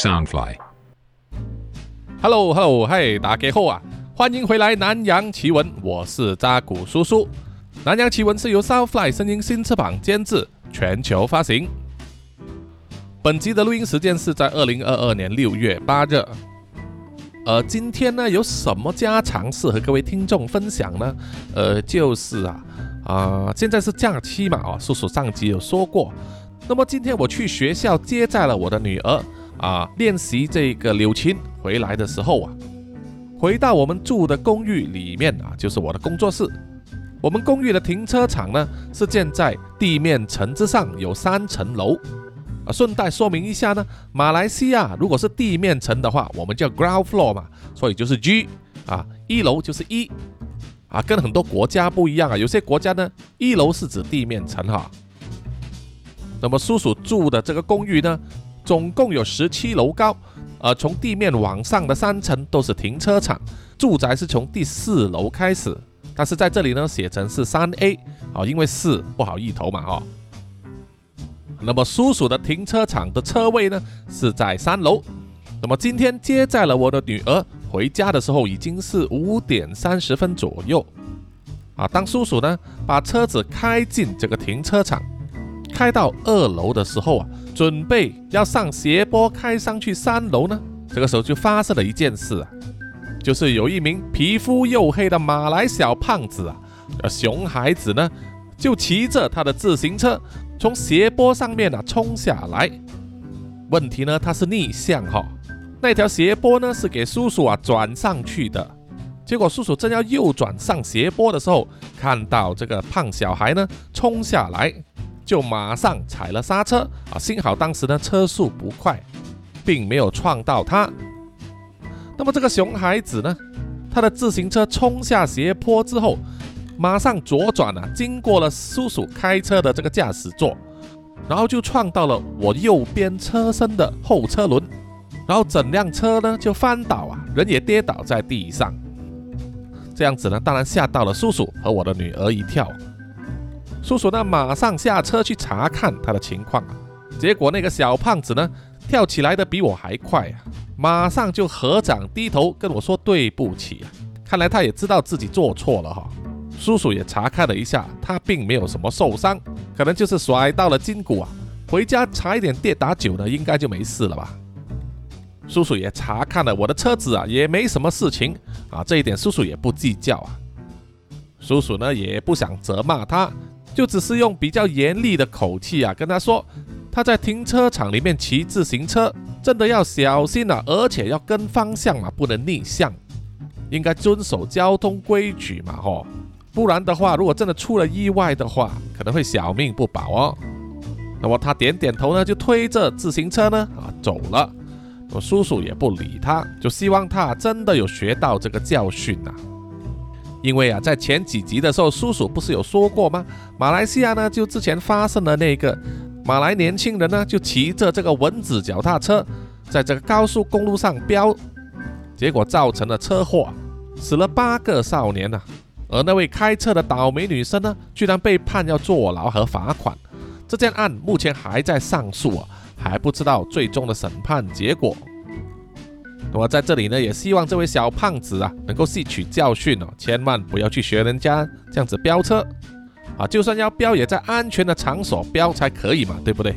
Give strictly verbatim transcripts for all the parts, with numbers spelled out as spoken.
Soundfly。Hello Hello， 嘿，大家好啊！欢迎回来南洋奇闻，我是扎古叔叔。南洋奇闻是由 Soundfly 声音新翅膀监制，全球发行。本集的录音时间是在二零二二年六月八日。呃，今天呢有什么家常事和各位听众分享呢？呃，就是啊啊、呃，现在是假期嘛，哦，叔叔上集有说过。那么今天我去学校接载了我的女儿啊，练习这个柳琴。回来的时候啊，回到我们住的公寓里面啊，就是我的工作室。我们公寓的停车场呢是建在地面层之上，有三层楼。啊，顺带说明一下呢，马来西亚如果是地面层的话，我们叫 ground floor 嘛，所以就是 G 啊，一楼就是一啊，跟很多国家不一样啊，有些国家呢一楼是指地面层哈。那么叔叔住的这个公寓呢，总共有十七楼高，呃，从地面往上的三层都是停车场，住宅是从第四楼开始，但是在这里呢写成是三 A 啊，因为四不好意头嘛哈、哦。那么叔叔的停车场的车位呢是在三楼。那么今天接载了我的女儿回家的时候，已经是五点三十分左右啊。当叔叔呢把车子开进这个停车场，开到二楼的时候啊，准备要上斜坡开上去三楼呢，这个时候就发生了一件事啊，就是有一名皮肤黝黑的马来小胖子啊，熊孩子呢就骑着他的自行车从斜坡上面啊冲下来。问题呢，他是逆向哈、哦，那条斜坡呢是给叔叔啊转上去的。结果叔叔正要右转上斜坡的时候，看到这个胖小孩呢冲下来，就马上踩了刹车啊！幸好当时呢车速不快，并没有撞到他。那么这个熊孩子呢，他的自行车冲下斜坡之后，马上左转啊，经过了叔叔开车的这个驾驶座，然后就撞到了我右边车身的后车轮，然后整辆车呢就翻倒啊，人也跌倒在地上。这样子呢，当然吓到了叔叔和我的女儿一跳。叔叔呢马上下车去查看他的情况啊，结果那个小胖子呢跳起来的比我还快啊，马上就合掌低头跟我说对不起啊。看来他也知道自己做错了哈。叔叔也查看了一下，他并没有什么受伤，可能就是摔到了筋骨啊，回家查一点跌打酒呢，应该就没事了吧。叔叔也查看了我的车子啊，也没什么事情啊，这一点叔叔也不计较啊。叔叔呢也不想责骂他，就只是用比较严厉的口气啊跟他说，他在停车场里面骑自行车真的要小心啊，而且要跟方向嘛，不能逆向，应该遵守交通规矩嘛吼，不然的话如果真的出了意外的话，可能会小命不保哦。那么他点点头呢，就推着自行车呢啊走了。我叔叔也不理他，就希望他真的有学到这个教训啊。因为啊，在前几集的时候，叔叔不是有说过吗？马来西亚呢，就之前发生了那个马来年轻人呢，就骑着这个蚊子脚踏车，在这个高速公路上飙，结果造成了车祸，死了八个少年啊。而那位开车的倒霉女生呢，居然被判要坐牢和罚款。这件案目前还在上诉啊，还不知道最终的审判结果。那么在这里呢，也希望这位小胖子啊能够吸取教训哦，千万不要去学人家这样子飙车啊！就算要飙，也在安全的场所飙才可以嘛，对不对？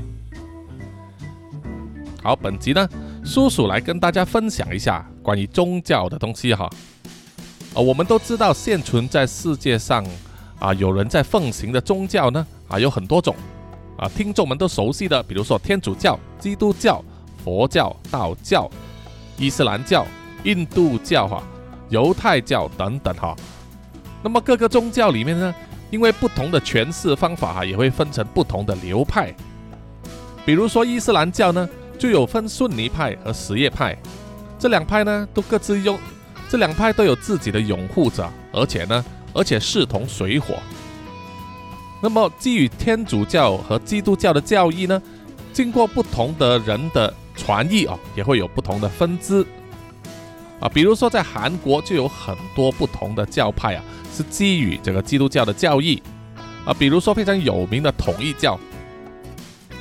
好，本集呢，叔叔来跟大家分享一下关于宗教的东西哈。啊，我们都知道现存在世界上啊，有人在奉行的宗教呢啊有很多种啊，听众们都熟悉的，比如说天主教、基督教、佛教、道教、伊斯兰教、印度教哈、犹太教等等哈。那么各个宗教里面呢，因为不同的诠释方法哈，也会分成不同的流派。比如说伊斯兰教呢，就有分逊尼派和什叶派，这两派呢都各自用，这两派都有自己的拥护者，而且呢，而且势同水火。那么基于天主教和基督教的教义呢，经过不同的人的传译哦，也会有不同的分支啊。比如说在韩国就有很多不同的教派啊，是基于这个基督教的教义啊。比如说非常有名的统一教，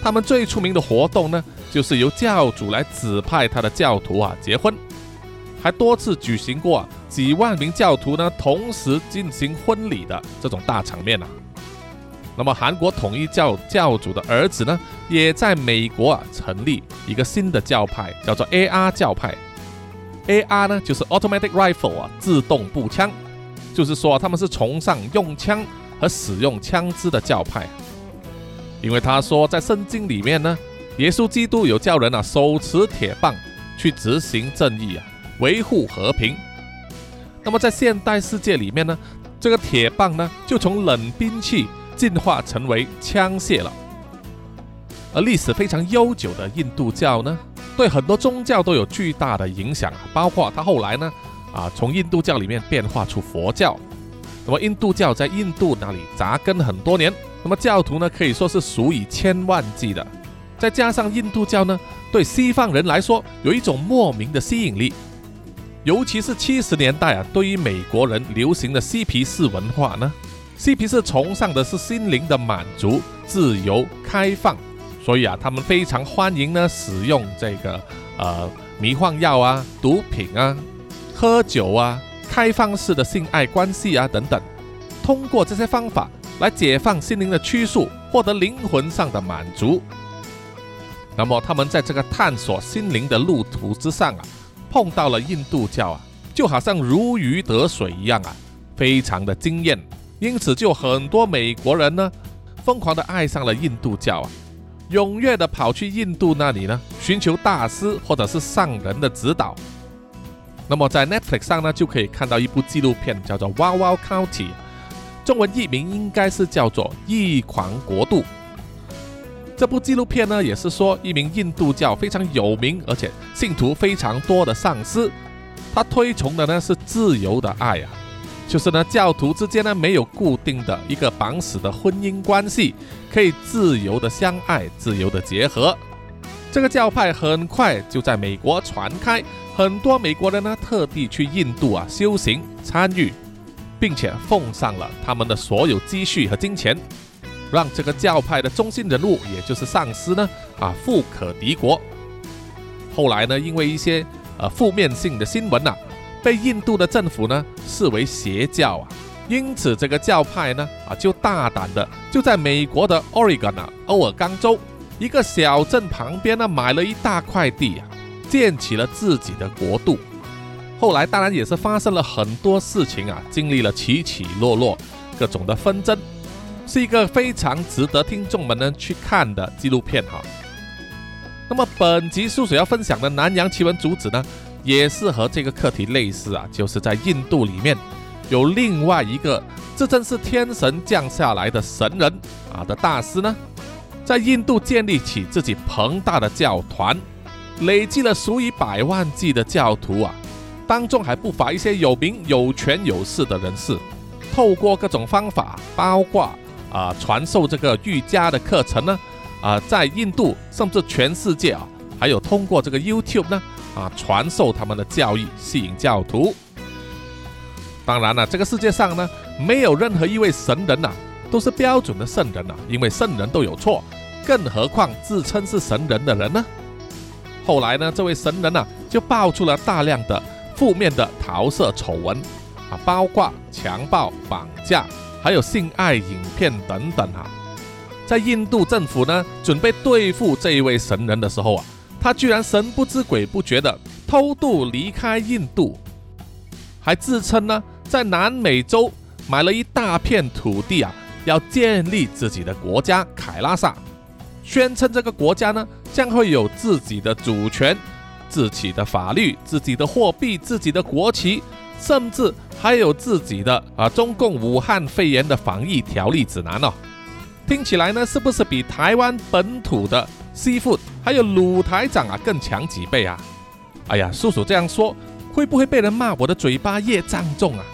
他们最出名的活动呢，就是由教主来指派他的教徒啊结婚，还多次举行过、啊、几万名教徒呢同时进行婚礼的这种大场面啊。那么韩国统一教教主的儿子呢，也在美国啊成立一个新的教派，叫做 A R 教派。A R 呢就是 Automatic Rifle 啊，自动步枪，就是说他们是崇尚用枪和使用枪支的教派。因为他说在圣经里面呢，耶稣基督有叫人啊手持铁棒去执行正义啊，维护和平。那么在现代世界里面呢，这个铁棒呢就从冷兵器进化成为枪械了。而历史非常悠久的印度教呢，对很多宗教都有巨大的影响，包括它后来呢啊从印度教里面变化出佛教。那么印度教在印度那里扎根很多年，那么教徒呢可以说是数以千万计的。再加上印度教呢对西方人来说有一种莫名的吸引力，尤其是七十年代啊，对于美国人流行的嬉皮士文化呢，嬉皮士崇尚的是心灵的满足、自由、开放，所以啊，他们非常欢迎呢使用这个呃迷幻药啊、毒品啊、喝酒啊、开放式的性爱关系啊等等，通过这些方法来解放心灵的拘束，获得灵魂上的满足。那么他们在这个探索心灵的路途之上啊，碰到了印度教啊，就好像如鱼得水一样啊，非常的惊艳。因此就很多美国人呢疯狂的爱上了印度教啊，踊跃的跑去印度那里呢寻求大师或者是上人的指导。那么在 Netflix 上呢就可以看到一部纪录片，叫做 Wild Wild County， 中文译名应该是叫做异狂国度。这部纪录片呢也是说一名印度教非常有名而且信徒非常多的上师，他推崇的呢是自由的爱啊，就是呢教徒之间呢没有固定的一个绑死的婚姻关系，可以自由的相爱，自由的结合。这个教派很快就在美国传开，很多美国人呢特地去印度啊修行参与，并且奉上了他们的所有积蓄和金钱，让这个教派的中心人物也就是上师呢啊富可敌国。后来呢因为一些呃负面性的新闻啊，被印度的政府呢视为邪教啊，因此这个教派呢啊就大胆的就在美国的 Oregon 啊欧尔冈州一个小镇旁边呢买了一大块地啊，建起了自己的国度。后来当然也是发生了很多事情啊，经历了起起落落，各种的纷争，是一个非常值得听众们呢去看的纪录片哈。那么本集叔叔要分享的南洋奇闻主旨呢，也是和这个课题类似啊，就是在印度里面有另外一个这真是天神降下来的神人啊的大师呢，在印度建立起自己庞大的教团，累积了数以百万计的教徒啊，当中还不乏一些有名有权有势的人士，透过各种方法，包括啊传授这个瑜伽的课程呢，啊在印度甚至全世界啊，还有通过这个 YouTube 呢啊传授他们的教义，吸引教徒。当然了，这个世界上呢，没有任何一位神人啊都是标准的圣人啊，因为圣人都有错，更何况自称是神人的人呢？后来呢，这位神人啊就爆出了大量的负面的桃色丑闻啊，包括强暴、绑架，还有性爱影片等等啊。在印度政府呢准备对付这一位神人的时候啊，他居然神不知鬼不觉的偷渡离开印度，还自称呢在南美洲买了一大片土地啊，要建立自己的国家凯拉萨，宣称这个国家呢将会有自己的主权、自己的法律、自己的货币、自己的国旗，甚至还有自己的啊中共武汉肺炎的防疫条例指南哦。听起来呢，是不是比台湾本土的 seafood 还有鲁台长啊更强几倍啊？哎呀，叔叔这样说，会不会被人骂我的嘴巴业障重啊？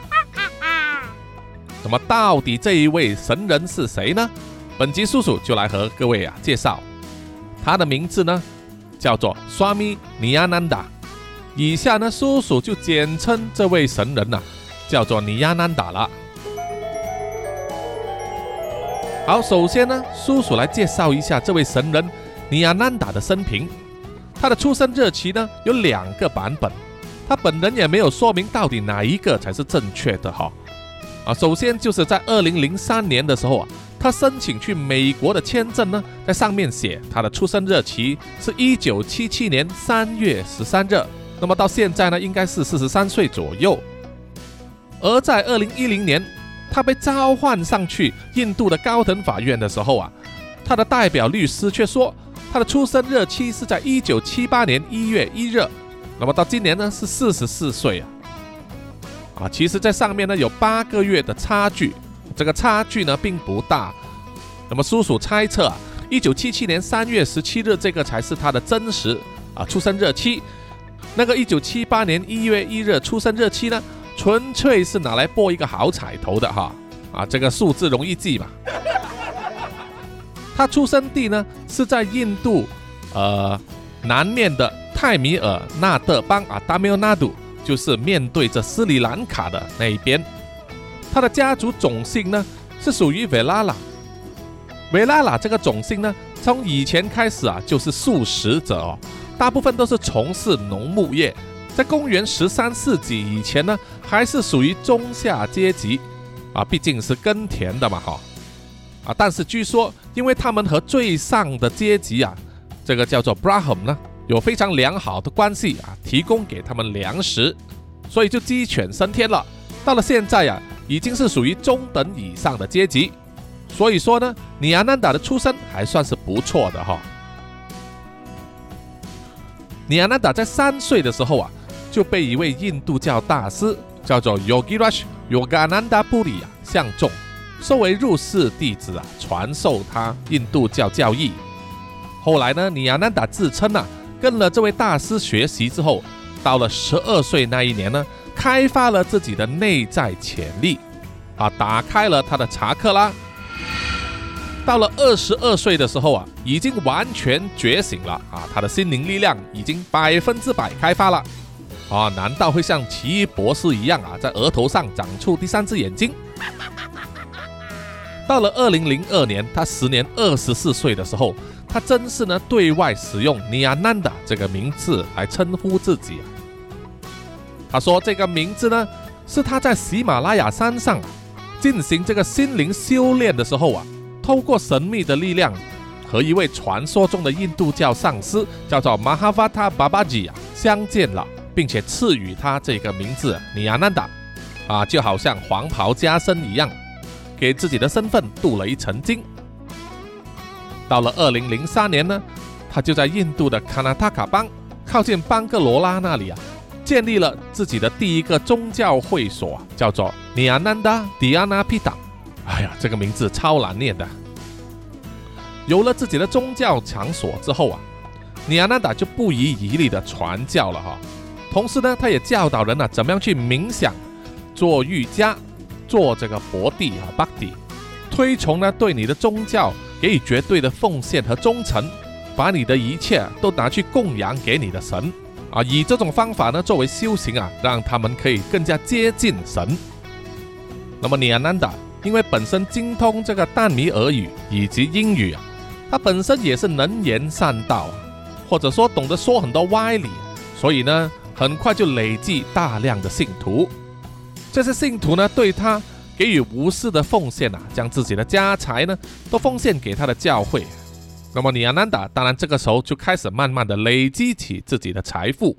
那么到底这一位神人是谁呢？本集叔叔就来和各位啊介绍，他的名字呢叫做 Swami Niyananda。以下呢，叔叔就简称这位神人啊叫做尼亚南达了。 好，首先呢，叔叔来介绍一下这位神人尼亚南达的生平。他的出生日期呢有两个版本，他本人也没有说明到底哪一个才是正确的哈。啊，首先就是在二零零三年的时候啊，他申请去美国的签证呢，在上面写他的出生日期是一九七七年三月十三日，那么到现在呢，应该是四十三岁左右。而在二零一零年，他被召唤上去印度的高等法院的时候啊，他的代表律师却说他的出生日期是在一九七八年一月一日，那么到今年呢是四十四岁啊。啊，其实在上面呢有八个月的差距，这个差距呢并不大。那么叔叔猜测啊，一九七七年三月十七日这个才是他的真实啊出生日期，那个一九七八年一月一日出生日期呢，纯粹是拿来博一个好彩头的哈。啊，这个数字容易记嘛。他出生地呢是在印度呃南面的泰米尔纳德邦啊 ，Tamil Nadu， 就是面对着斯里兰卡的那一边。他的家族种姓呢是属于维拉拉，维拉拉这个种姓呢，从以前开始啊就是素食者哦，大部分都是从事农牧业。在公元十三世纪以前呢，还是属于中下阶级啊，毕竟是耕田的嘛哈。啊，但是据说，因为他们和最上的阶级啊，这个叫做 Brahman 呢，有非常良好的关系啊，提供给他们粮食，所以就鸡犬升天了。到了现在啊，已经是属于中等以上的阶级。所以说呢，尼亚南达的出身还算是不错的哈。尼亚南达在三岁的时候啊，就被一位印度教大师叫做 Yogiraj Yogananda Puri 啊相中。收为入室弟子啊，传授他印度教教义。后来呢，尼亚南达自称啊，跟了这位大师学习之后，到了十二岁那一年呢，开发了自己的内在潜力，啊，打开了他的查克拉。到了二十二岁的时候啊，已经完全觉醒了啊，他的心灵力量已经百分之百开发了。啊，难道会像奇异博士一样啊，在额头上长出第三只眼睛？到了二零零二年，他时年二十四岁的时候，他正式呢对外使用尼亚南达这个名字来称呼自己。他说这个名字呢是他在喜马拉雅山上、啊、进行这个心灵修炼的时候啊，透过神秘的力量和一位传说中的印度教上师叫做 Mahavata Babaji 啊相见了，并且赐予他这个名字尼亚南达啊，就好像黄袍加身一样。给自己的身份镀了一层金。到了二零零三年呢，他就在印度的卡纳塔卡邦靠近班格罗拉那里啊，建立了自己的第一个宗教会所、啊、叫做尼亚南达迪亚纳皮达。哎呀，这个名字超难念的。有了自己的宗教场所之后啊，尼亚南达就不遗余力的传教了哈。同时呢，他也教导人啊怎么样去冥想、做瑜伽。做这个佛地啊 Bhakti， 推崇呢对你的宗教给予绝对的奉献和忠诚，把你的一切都拿去供养给你的神啊，以这种方法呢作为修行啊，让他们可以更加接近神。那么尼亚南达因为本身精通这个淡米尔语以及英语啊，他本身也是能言善道啊，或者说懂得说很多歪理，所以呢很快就累积大量的信徒。这些信徒呢，对他给予无私的奉献啊，将自己的家财呢都奉献给他的教会。那么尼亚南达当然这个时候就开始慢慢的累积起自己的财富。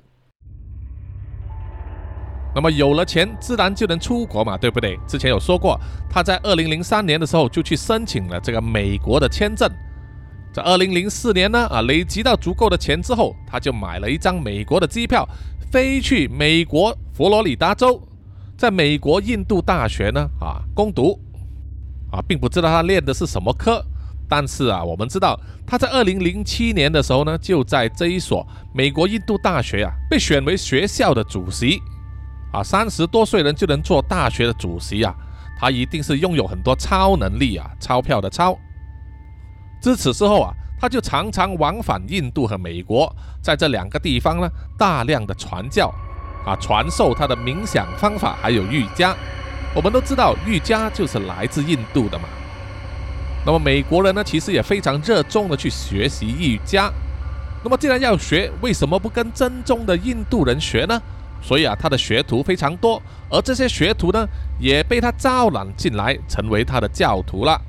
那么有了钱，自然就能出国嘛，对不对？之前有说过，他在二零零三年的时候就去申请了这个美国的签证。在二零零四年呢，啊，累积到足够的钱之后，他就买了一张美国的机票，飞去美国佛罗里达州。在美国印度大学呢啊攻读啊，并不知道他练的是什么科，但是啊，我们知道他在二零零七年的时候呢，就在这一所美国印度大学啊被选为学校的主席啊，三十多岁人就能做大学的主席啊，他一定是拥有很多超能力啊，钞票的钞。自此之后啊，他就常常往返印度和美国，在这两个地方呢大量的传教。啊，传授他的冥想方法，还有瑜伽。我们都知道瑜伽就是来自印度的嘛。 那么美国人呢，其实也非常热衷的去学习瑜伽。那么既然要学，为什么不跟正宗的印度人学呢？所以啊，他的学徒非常多，而这些学徒呢，也被他招揽进来，成为他的教徒了。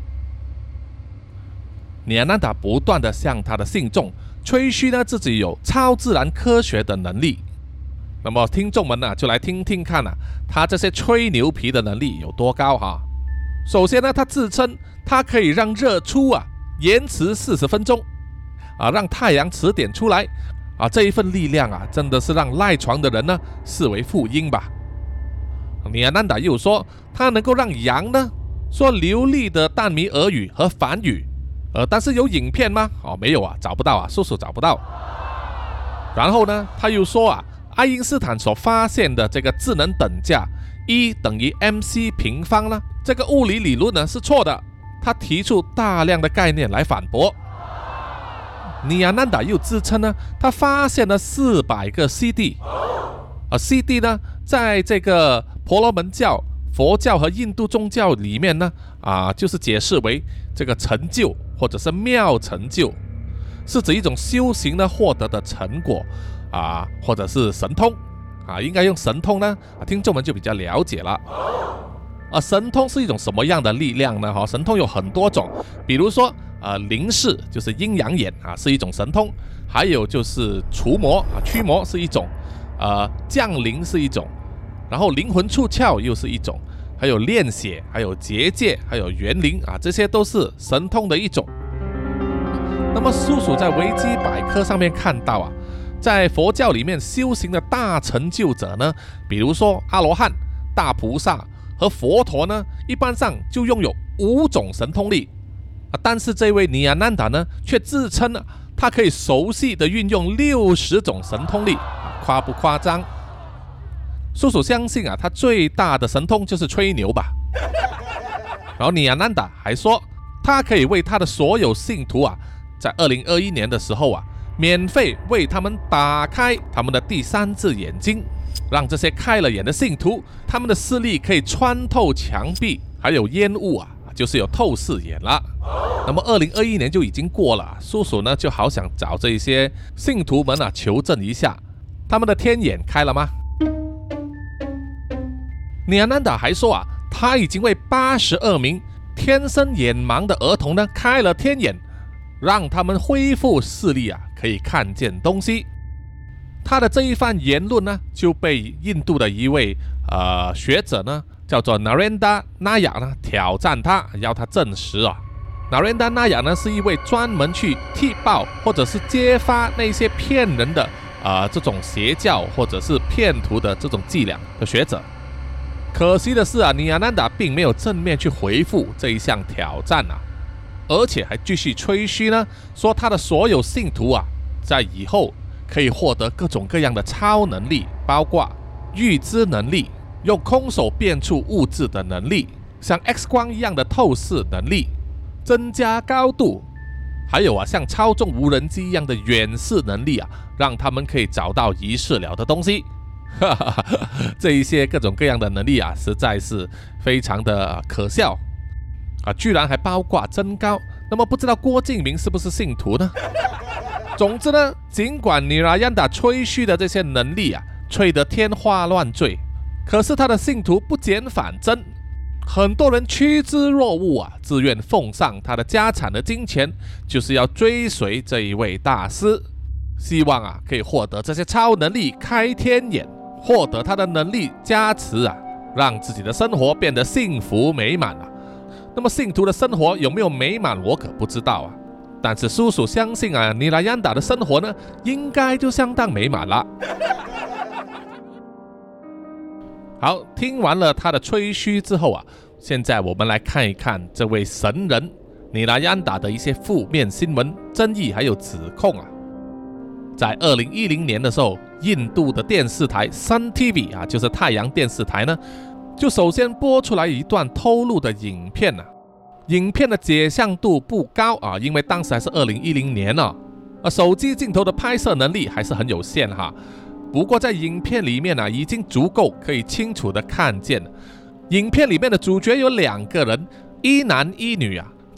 尼亚南达不断的向他的信众吹嘘呢自己有超自然科学的能力。那么听众们呢，就来听听看啊，他这些吹牛皮的能力有多高哈。首先呢，他自称他可以让日出啊延迟四十分钟啊，让太阳迟点出来啊，这一份力量啊，真的是让赖床的人呢视为福音吧。尼亚南达又说，他能够让羊呢说流利的淡米尔语和梵语，呃，但是有影片吗？哦，没有啊，找不到啊，叔叔找不到。然后呢，他又说啊，爱因斯坦所发现的这个智能等价 E 等于 mc 平方呢，这个物理理论呢是错的。他提出大量的概念来反驳。尼亚南达又自称呢，他发现了四百个 C D， 而 C D 呢，在这个婆罗门教、佛教和印度宗教里面呢，啊，就是解释为这个成就或者是妙成就，是指一种修行呢获得的成果啊，或者是神通啊，应该用神通呢，啊，听众们就比较了解了。而神通是一种什么样的力量呢？哈，神通有很多种，比如说。呃，灵视就是阴阳眼啊，是一种神通；还有就是除魔啊，驱魔是一种；呃，降临是一种；然后灵魂出窍又是一种；还有炼血，还有结界，还有元灵啊，这些都是神通的一种。那么，叔叔在维基百科上面看到啊，在佛教里面修行的大成就者呢，比如说阿罗汉、大菩萨和佛陀呢，一般上就拥有五种神通力。但是这位尼亚南达呢，却自称啊，他可以熟悉的运用六十种神通力啊，夸不夸张？叔叔相信啊，他最大的神通就是吹牛吧。然后尼亚南达还说，他可以为他的所有信徒啊，在二零二一年的时候啊，免费为他们打开他们的第三只眼睛，让这些开了眼的信徒，他们的视力可以穿透墙壁，还有烟雾啊。就是有透视眼了。那么二零二一年就已经过了，叔叔呢就好想找这些信徒们啊求证一下，他们的天眼开了吗？尼亚南达还说啊，他已经为八十二名天生眼盲的儿童呢开了天眼，让他们恢复视力啊，可以看见东西。他的这一番言论呢，就被印度的一位呃学者呢。叫做 Narendra Nayak 呢挑战他，要他证实啊。Narendra Nayak 呢是一位专门去踢爆或者是揭发那些骗人的啊、呃、这种邪教或者是骗徒的这种伎俩的学者。可惜的是啊，尼亚南达并没有正面去回复这一项挑战啊，而且还继续吹嘘呢，说他的所有信徒啊，在以后可以获得各种各样的超能力，包括预知能力。用空手变出物质的能力，像 X 光一样的透视能力，增加高度，还有啊，像操纵无人机一样的远视能力啊，让他们可以找到遗失了的东西。哈哈哈，这一些各种各样的能力啊，实在是非常的可笑啊！居然还包括增高。那么不知道郭敬明是不是信徒呢？总之呢，尽管尼亚南达吹嘘的这些能力啊，吹得天花乱坠。可是他的信徒不减反增，很多人趋之若鹜啊，自愿奉上他的家产的金钱，就是要追随这一位大师，希望啊可以获得这些超能力，开天眼，获得他的能力加持啊，让自己的生活变得幸福美满啊。那么信徒的生活有没有美满，我可不知道啊。但是叔叔相信啊，尼亚南达的生活呢，应该就相当美满了。好，听完了他的吹嘘之后啊，现在我们来看一看这位神人尼亚南达的一些负面新闻、争议还有指控啊。在二零一零年的时候，印度的电视台 Sun T V 啊，就是太阳电视台呢，就首先播出来一段偷录的影片啊。影片的解像度不高啊，因为当时还是二零一零年啊，而手机镜头的拍摄能力还是很有限哈。不过在影片里面啊，已经足够可以清楚的看见，影片里面的主角有两个人，一男一女啊，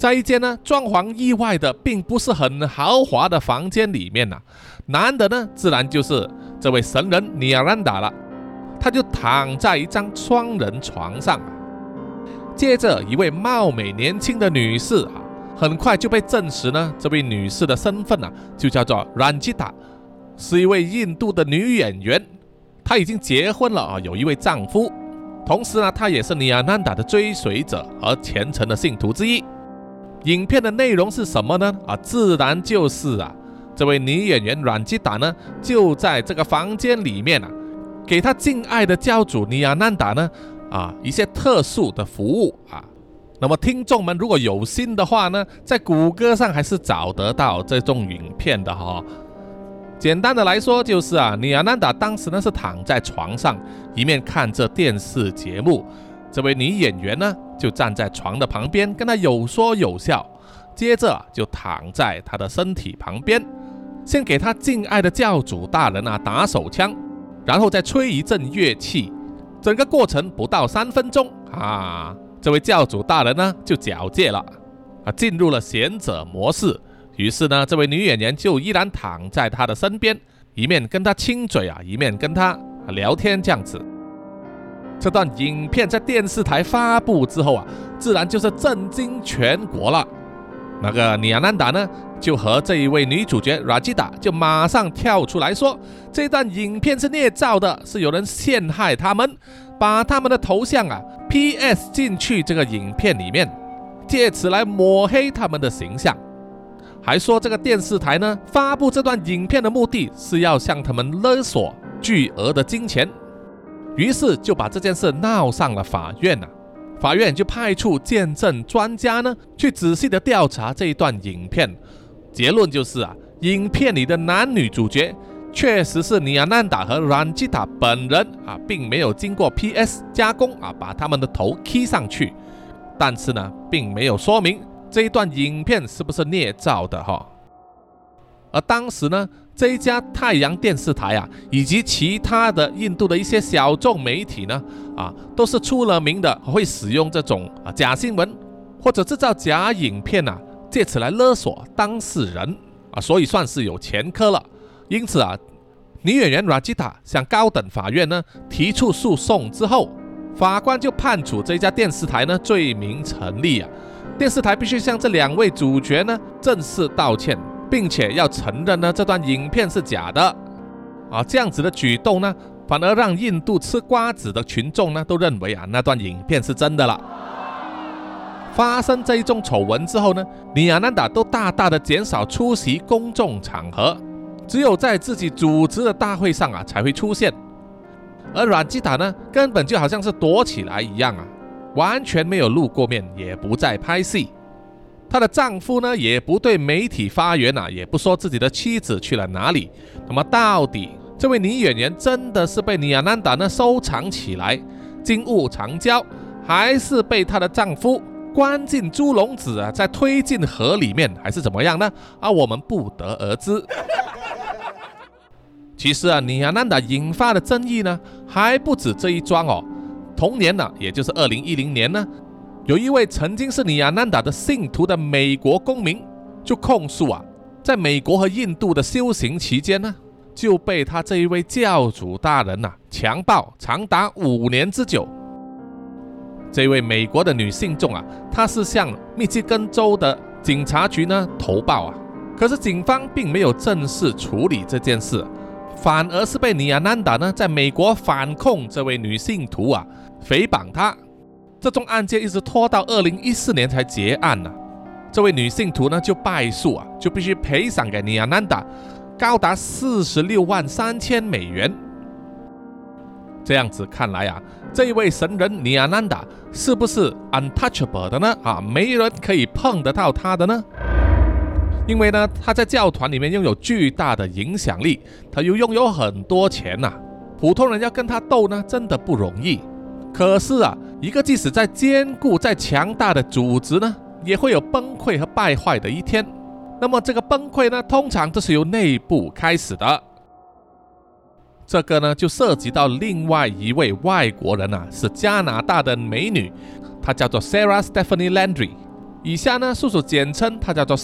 在一间呢装潢意外的并不是很豪华的房间里面啊，男的呢自然就是这位神人尼亚兰达了，他就躺在一张双人床上啊。接着一位貌美年轻的女士啊，很快就被证实呢，这位女士的身份啊就叫做 Ranjita， 是一位印度的女演员，她已经结婚了啊，有一位丈夫，同时呢她也是尼亚南达的追随者和虔诚的信徒之一。影片的内容是什么呢？啊，自然就是啊，这位女演员阮吉达呢，就在这个房间里面啊，给她敬爱的教主尼亚南达呢，啊，一些特殊的服务啊。那么听众们如果有心的话呢，在谷歌上还是找得到这种影片的哈、哦。简单的来说就是啊，尼亚南达当时呢是躺在床上，一面看着电视节目。这位女演员呢，就站在床的旁边，跟她有说有笑，接着、啊、就躺在她的身体旁边，先给她敬爱的教主大人啊打手枪，然后再吹一阵乐器，整个过程不到三分钟啊，这位教主大人呢就缴械了啊，进入了贤者模式。于是呢，这位女演员就依然躺在他的身边，一面跟他亲嘴啊，一面跟他聊天这样子。这段影片在电视台发布之后啊，自然就是震惊全国了。那个尼亚南达呢，就和这一位女主角 Rajita 就马上跳出来说，这段影片是捏造的，是有人陷害他们，把他们的头像啊 P S 进去这个影片里面，借此来抹黑他们的形象。还说这个电视台呢，发布这段影片的目的是要向他们勒索巨额的金钱。于是就把这件事闹上了法院啊，法院就派出见证专家呢，去仔细的调查这一段影片。结论就是啊，影片里的男女主角确实是尼亚南达和阮吉塔本人啊，并没有经过 P S 加工啊，把他们的头 key 上去。但是呢，并没有说明这一段影片是不是捏造的哈。而当时呢，这一家太阳电视台啊，以及其他的印度的一些小众媒体呢，啊，都是出了名的会使用这种啊假新闻或者制造假影片啊，借此来勒索当事人啊，所以算是有前科了。因此啊，女演员 Rajita 向高等法院呢提出诉讼之后，法官就判处这家电视台呢罪名成立啊，电视台必须向这两位主角呢正式道歉，并且要承认呢这段影片是假的啊，这样子的举动呢，反而让印度吃瓜子的群众呢都认为啊那段影片是真的了。发生这一宗丑闻之后呢，尼亚南达都大大的减少出席公众场合，只有在自己组织的大会上啊才会出现。而阮吉塔呢，根本就好像是躲起来一样啊，完全没有露过面，也不再拍戏。她的丈夫呢，也不对媒体发言啊，也不说自己的妻子去了哪里。那么到底这位女演员真的是被尼亚南达呢收藏起来，金屋藏娇，还是被她的丈夫关进猪笼子啊，再推进河里面，还是怎么样呢？啊，我们不得而知。其实啊，尼亚南达引发的争议呢，还不止这一桩哦。同年呢、啊，也就是二零一零年呢，有一位曾经是尼亚南达的信徒的美国公民，就控诉啊，在美国和印度的修行期间呢，就被他这一位教主大人呐、啊、强暴长达五年之久。这位美国的女信众啊，她是向密西根州的警察局呢投报啊，可是警方并没有正式处理这件事，反而是被尼亚南达呢在美国反控这位女信徒啊，诽谤她。这宗案件一直拖到二零一四年才结案啊。这位女信徒呢就败诉啊，就必须赔偿给尼亚南达高达四十六万三千美元。这样子看来啊，这一位神人尼亚南达是不是 untouchable 的呢？啊，没人可以碰得到他的呢？因为呢，他在教团里面拥有巨大的影响力，他又拥有很多钱呐、啊，普通人要跟他斗呢，真的不容易。可是啊，一个即使再坚固、再强大的组织呢，也会有崩溃和败坏的一天。那么这个崩溃呢，通常都是由内部开始的。这个呢，就涉及到另外一位外国人啊，是加拿大的美女，她叫做 Sarah Stephanie Landry。 以下呢，叔叔简称她叫做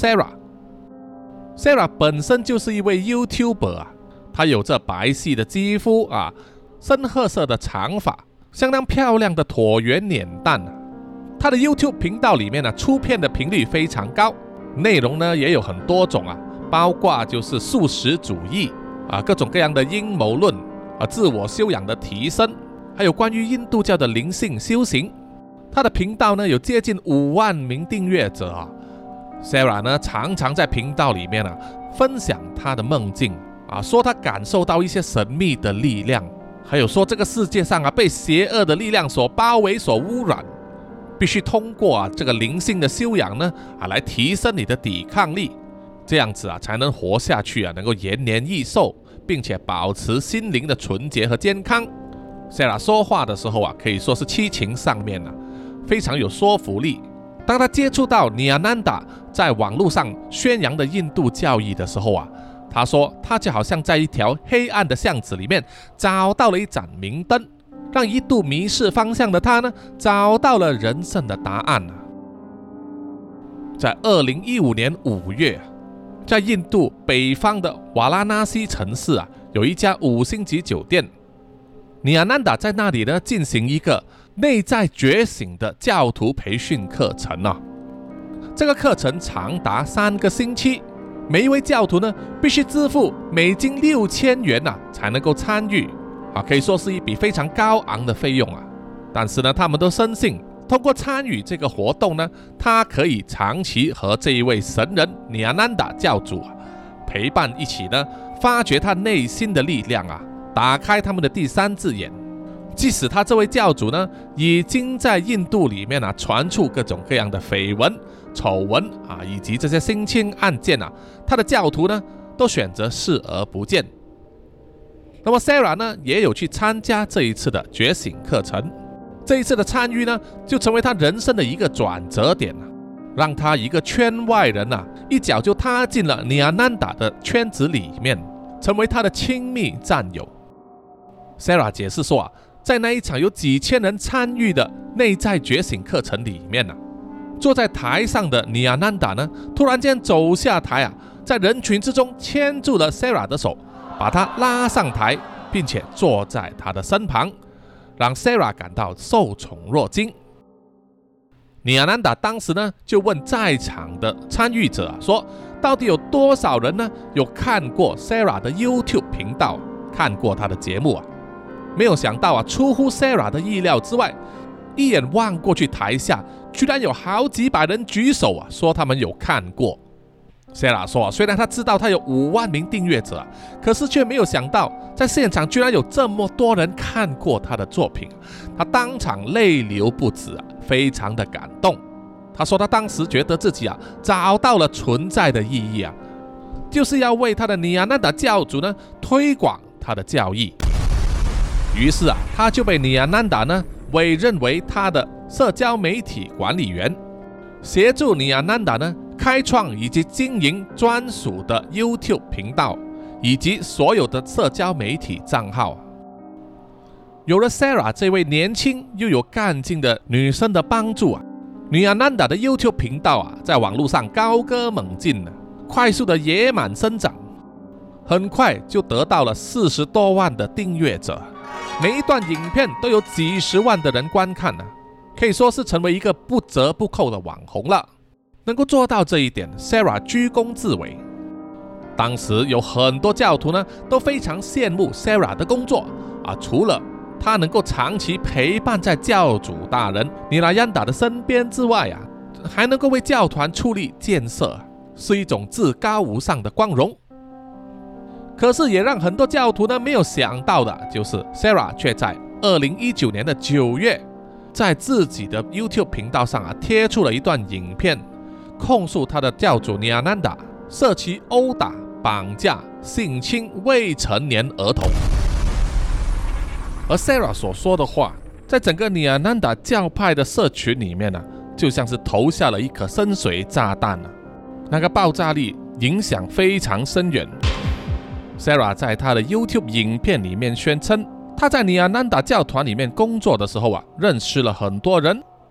Sarah。Sarah 本身就是一位 YouTuber 啊，她有着白皙的肌肤啊，深褐色的长发，相当漂亮的椭圆脸蛋啊。她的 YouTube 频道里面呢，出片的频率非常高，内容呢也有很多种啊，包括就是素食主义啊，各种各样的阴谋论啊，自我修养的提升，还有关于印度教的灵性修行。她的频道呢有接近五万名订阅者啊。Sarah 呢常常在频道里面啊分享她的梦境啊，说她感受到一些神秘的力量，还有说这个世界上啊被邪恶的力量所包围、所污染，必须通过啊这个灵性的修养呢啊来提升你的抵抗力，这样子啊才能活下去啊，能够延年益寿，并且保持心灵的纯洁和健康。Sarah 说话的时候啊，可以说是七情上面啊，非常有说服力。当他接触到尼亚南达在网络上宣扬的印度教义的时候啊，他说他就好像在一条黑暗的巷子里面找到了一盏明灯，让一度迷失方向的他呢，找到了人生的答案啊。在二零一五年五月，在印度北方的瓦拉纳西城市啊，有一家五星级酒店，尼亚南达在那里呢进行一个内在觉醒的教徒培训课程啊。这个课程长达三个星期，每一位教徒呢必须支付美金六千元啊才能够参与啊，可以说是一笔非常高昂的费用啊。但是呢，他们都深信，通过参与这个活动呢，他可以长期和这一位神人尼亚南达教主啊陪伴一起呢，发掘他内心的力量啊，打开他们的第三只眼。即使他这位教主呢，已经在印度里面啊传出各种各样的绯闻、丑闻啊，以及这些性侵案件啊，他的教徒呢都选择视而不见。那么 Sarah 呢，也有去参加这一次的觉醒课程。这一次的参与呢，就成为他人生的一个转折点啊，让他一个圈外人啊，一脚就踏进了尼亚南达的圈子里面，成为他的亲密战友。Sarah 解释说啊，在那一场有几千人参与的内在觉醒课程里面啊，坐在台上的尼亚南达呢，突然间走下台啊，在人群之中牵住了 Sarah 的手，把她拉上台，并且坐在她的身旁，让 Sarah 感到受宠若惊。尼亚南达当时呢，就问在场的参与者啊，说到底有多少人呢有看过 Sarah 的 YouTube 频道，看过她的节目啊？没有想到啊，出乎 Sarah 的意料之外，一眼望过去，台下居然有好几百人举手啊，说他们有看过。Sarah 说啊，虽然他知道他有五万名订阅者啊，可是却没有想到在现场居然有这么多人看过他的作品，他当场泪流不止啊，非常的感动。他说他当时觉得自己啊找到了存在的意义啊，就是要为他的尼亚南达教主呢推广他的教义。于是啊，他就被尼亚南达呢委任为他的社交媒体管理员，协助尼亚南达呢开创以及经营专属的 YouTube 频道以及所有的社交媒体账号。有了 Sarah 这位年轻又有干劲的女生的帮助啊，尼亚南达的 YouTube 频道啊在网络上高歌猛进了，快速的野蛮生长，很快就得到了四十多万的订阅者。每一段影片都有几十万的人观看啊，可以说是成为一个不折不扣的网红了。能够做到这一点 ，Sarah 居功自伟。当时有很多教徒呢都非常羡慕 Sarah 的工作啊，除了他能够长期陪伴在教主大人尼亚南达的身边之外啊，还能够为教团出力建设，是一种至高无上的光荣。可是也让很多教徒呢没有想到的就是 Sarah 却在二零一九年的九月，在自己的 YouTube 频道上啊贴出了一段影片，控诉他的教主尼亚南达涉其殴打、绑架、性侵未成年儿童。而 Sarah 所说的话，在整个尼亚南达教派的社群里面呢、啊，就像是投下了一颗深水炸弹啊，那个爆炸力影响非常深远。Sarah 在她的 YouTube 影片里面宣称，她在尼亚南达教团里面工作的时候啊，认识了很多人，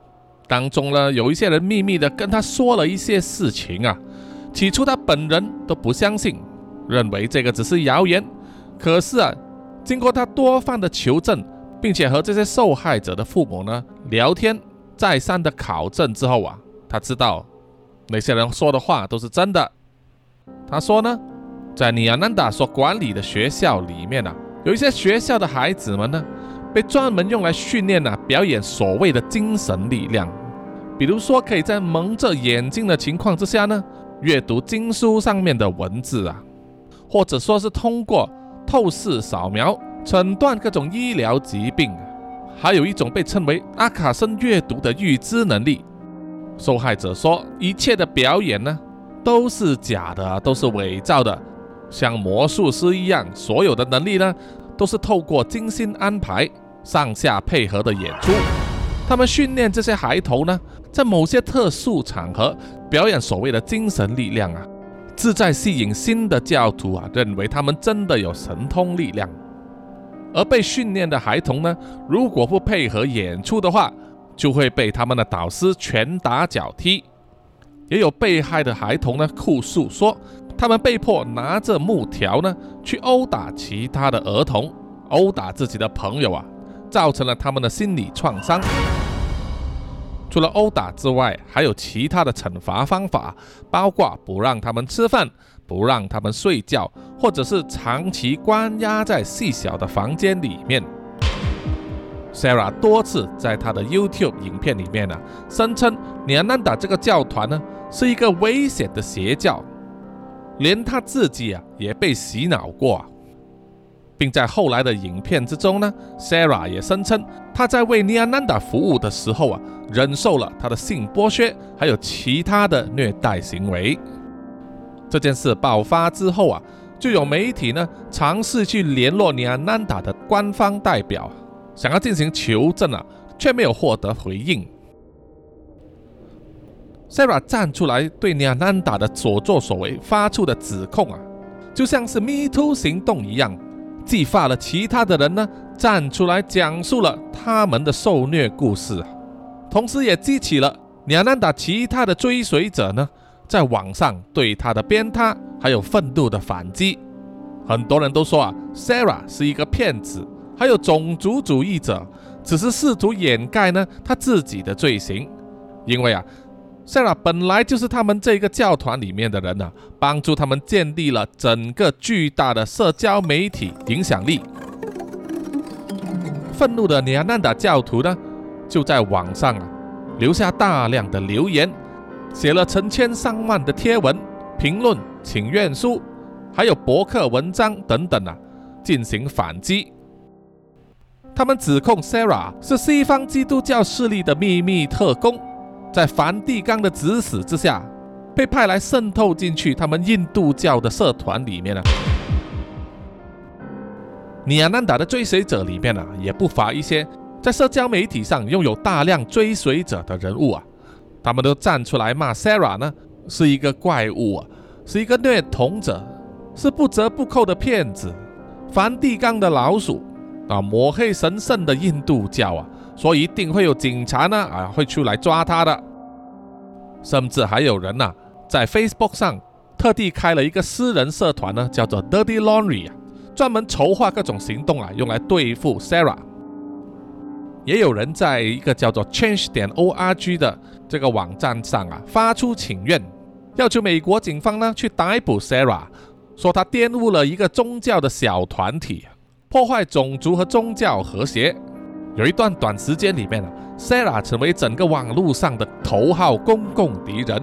当中呢，有一些人秘密的跟他说了一些事情啊。起初他本人都不相信，认为这个只是谣言。可是啊，经过他多番的求证，并且和这些受害者的父母呢聊天，再三的考证之后啊，他知道那些人说的话都是真的。他说呢，在尼亚南达所管理的学校里面啊，有一些学校的孩子们呢，被专门用来训练啊，表演所谓的精神力量。比如说，可以在蒙着眼睛的情况之下呢，阅读经书上面的文字啊，或者说是通过透视扫描诊断各种医疗疾病，还有一种被称为阿卡森阅读的预知能力。受害者说，一切的表演呢都是假的，都是伪造的，像魔术师一样，所有的能力呢都是透过精心安排、上下配合的演出。他们训练这些孩童呢，在某些特殊场合表演所谓的精神力量啊，旨在吸引新的教徒啊，认为他们真的有神通力量。而被训练的孩童呢，如果不配合演出的话，就会被他们的导师拳打脚踢。也有被害的孩童呢，哭诉说，他们被迫拿着木条呢，去殴打其他的儿童，殴打自己的朋友啊，造成了他们的心理创伤。除了殴打之外，还有其他的惩罚方法，包括不让他们吃饭，不让他们睡觉，或者是长期关押在细小的房间里面。Sarah 多次在她的 YouTube 影片里面啊，声称尼亚南达这个教团呢是一个危险的邪教，连她自己啊也被洗脑过啊。并在后来的影片之中呢 ，Sarah 也声称她在为尼亚南达服务的时候啊，忍受了她的性剥削，还有其他的虐待行为。这件事爆发之后啊，就有媒体呢尝试去联络尼亚南达的官方代表，想要进行求证啊，却没有获得回应。Sarah 站出来对尼亚南达的所作所为发出的指控啊，就像是 Me Too 行动一样，激发了其他的人呢站出来讲述了他们的受虐故事，同时也激起了尼亚南达其他的追随者呢在网上对他的鞭挞还有愤怒的反击。很多人都说啊 Sarah 是一个骗子，还有种族主义者，只是试图掩盖呢他自己的罪行。因为啊 Sarah 本来就是他们这个教团里面的人啊，帮助他们建立了整个巨大的社交媒体影响力。愤怒的尼亚南达教徒呢，就在网上啊留下大量的留言，写了成千上万的贴文、评论、请愿书，还有博客文章等等啊，进行反击。他们指控 Sarah 是西方基督教势力的秘密特工，在梵蒂冈的指使之下，被派来渗透进去他们印度教的社团里面啊。尼亚南达的追随者里面啊，也不乏一些在社交媒体上拥有大量追随者的人物啊，他们都站出来骂 Sarah 呢是一个怪物啊，是一个虐童者，是不折不扣的骗子，梵蒂冈的老鼠啊，抹黑神圣的印度教啊，说一定会有警察呢啊会出来抓他的。甚至还有人啊在 Facebook 上特地开了一个私人社团呢，叫做 Dirty Laundry 啊，专门筹划各种行动啊，用来对付 Sarah。也有人在一个叫做 change 点 org 的这个网站上啊发出请愿，要求美国警方呢去逮捕 Sarah， 说他玷污了一个宗教的小团体，破坏种族和宗教和谐。有一段短时间里面啊 Sarah 成为整个网络上的头号公共敌人。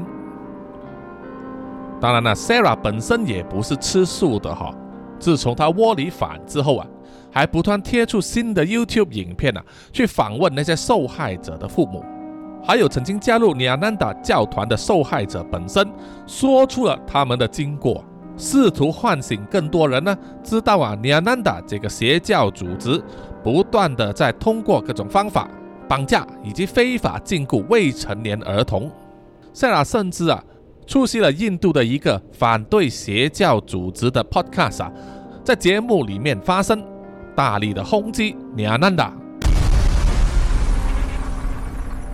当然了 Sarah 本身也不是吃素的哈，自从她窝里反之后啊，还不断贴出新的 YouTube 影片啊，去访问那些受害者的父母，还有曾经加入尼亚南达教团的受害者本身，说出了他们的经过，试图唤醒更多人呢知道啊尼亚南达这个邪教组织不断的在通过各种方法绑架以及非法禁锢未成年儿童。Sarah 甚至啊出席了印度的一个反对邪教组织的 podcast 啊，在节目里面发声，大力的轰击尼亚南达。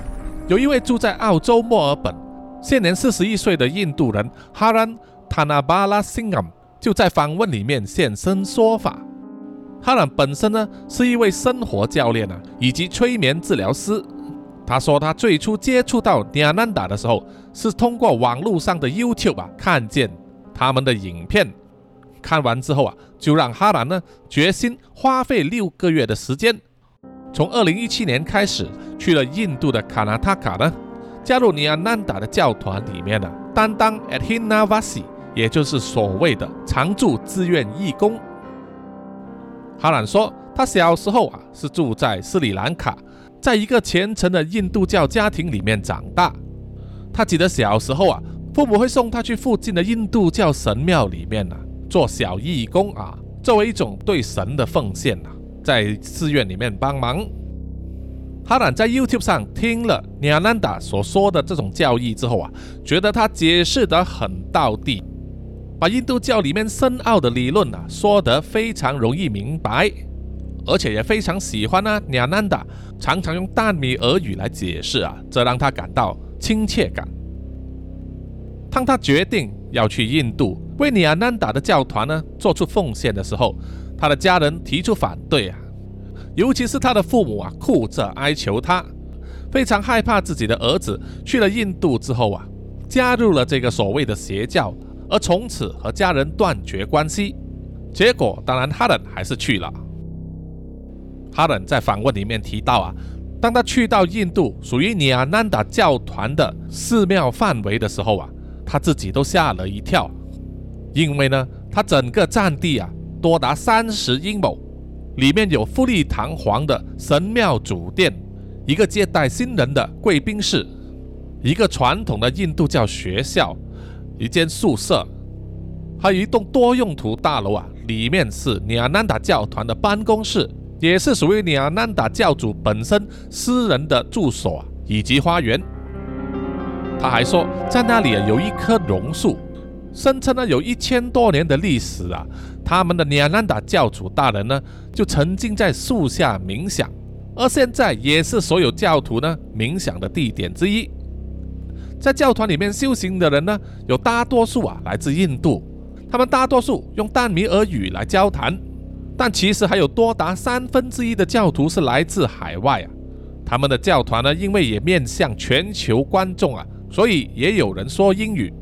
有一位住在澳洲墨尔本、现年四十一岁的印度人 Haran Thanabalasingam 就在访问里面现身说法。Haran 本身呢是一位生活教练啊，以及催眠治疗师。他说他最初接触到 Nyananda 的时候，是通过网络上的 YouTube 啊看见他们的影片，看完之后啊，就让哈兰呢决心花费六个月的时间，从二零一七年开始去了印度的卡纳塔卡呢，加入尼亚南达的教团里面呢，担当 Adhinavasi， 也就是所谓的常驻志愿义工。哈兰说，他小时候啊是住在斯里兰卡，在一个虔诚的印度教家庭里面长大。他记得小时候啊，父母会送他去附近的印度教神庙里面啊做小义工啊，作为一种对神的奉献啊，在寺院里面帮忙。哈兰在 YouTube 上听了尼亚南达所说的这种教义之后啊，觉得他解释得很道地，把印度教里面深奥的理论啊说得非常容易明白，而且也非常喜欢啊尼亚南达常常用淡米俄语来解释啊，这让他感到亲切感。当他决定要去印度为尼亚南达的教团呢做出奉献的时候，他的家人提出反对啊，尤其是他的父母啊哭着哀求他，非常害怕自己的儿子去了印度之后啊加入了这个所谓的邪教，而从此和家人断绝关系。结果当然哈兰还是去了。哈兰在访问里面提到啊，当他去到印度属于尼亚南达教团的寺庙范围的时候啊，他自己都吓了一跳，因为呢，他整个占地啊多达三十英亩，里面有富丽堂皇的神庙主殿，一个接待新人的贵宾室，一个传统的印度教学校，一间宿舍，还有一栋多用途大楼啊，里面是尼亚南达教团的办公室，也是属于尼亚南达教主本身私人的住所啊，以及花园。他还说，在那里有一棵榕树，声称呢有一千多年的历史啊。他们的尼亚南达教主大人呢，就曾经在树下冥想，而现在也是所有教徒呢冥想的地点之一。在教团里面修行的人呢，有大多数啊来自印度，他们大多数用淡米尔语来交谈，但其实还有多达三分之一的教徒是来自海外啊。他们的教团呢，因为也面向全球观众啊，所以也有人说英语。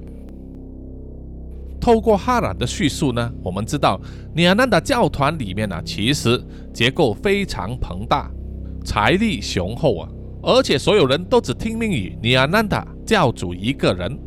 透过哈兰的叙述呢，我们知道尼亚南达教团里面呢，其实结构非常庞大，财力雄厚啊，而且所有人都只听命于尼亚南达教主一个人。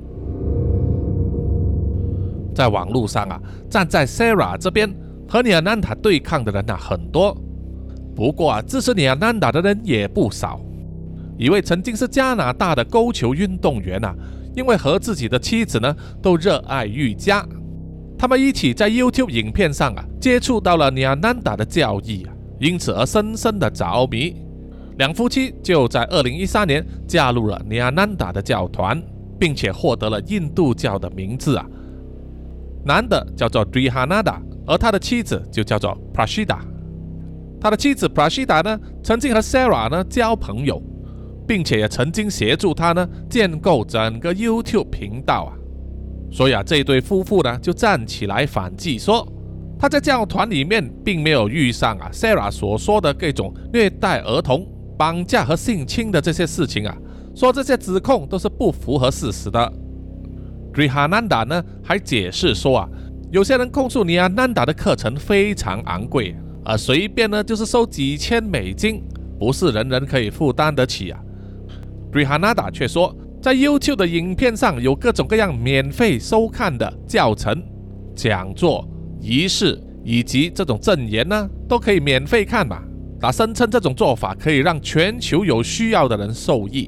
在网络上啊，站在 Sarah 这边和尼亚南达对抗的人啊很多，不过啊，支持尼亚南达的人也不少。一位曾经是加拿大的勾球运动员啊，因为和自己的妻子呢都热爱瑜伽，他们一起在 YouTube 影片上啊接触到了尼亚南达的教义啊，因此而深深的着迷。两夫妻就在二零一三年加入了尼亚南达的教团，并且获得了印度教的名字啊。男的叫做 Drihanada， 而他的妻子就叫做 Prashida。他的妻子 Prashida 呢，曾经和 Sarah 呢交朋友，并且也曾经协助他呢建构整个 YouTube 频道啊。所以啊，这对夫妇呢就站起来反击说，他在教团里面并没有遇上啊 Sarah 所说的各种虐待儿童、绑架和性侵的这些事情啊，说这些指控都是不符合事实的。Drihananda 呢还解释说啊，有些人控诉尼亚南达的课程非常昂贵，而随便呢就是收几千美金，不是人人可以负担得起啊。Drihananda 却说，在 YouTube 的影片上有各种各样免费收看的教程、讲座、仪式以及这种证言呢，都可以免费看嘛。他声称这种做法可以让全球有需要的人受益。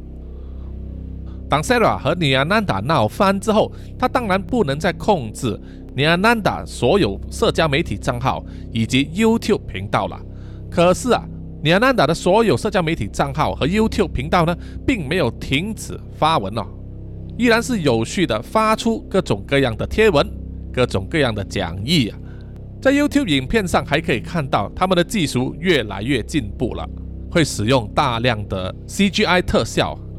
当 Sarah 和尼亚南达闹翻之后，他当然不能再控制尼亚南达所有社交媒体账号以及 YouTube 频道了。可是啊，尼亚南达的所有社交媒体账号和 YouTube 频道呢，并没有停止发文哦，依然是有序的发出各种各样的贴文、各种各样的讲义啊。在 YouTube 影片上还可以看到他们的技术越来越进步了，会使用大量的 C G I 特效，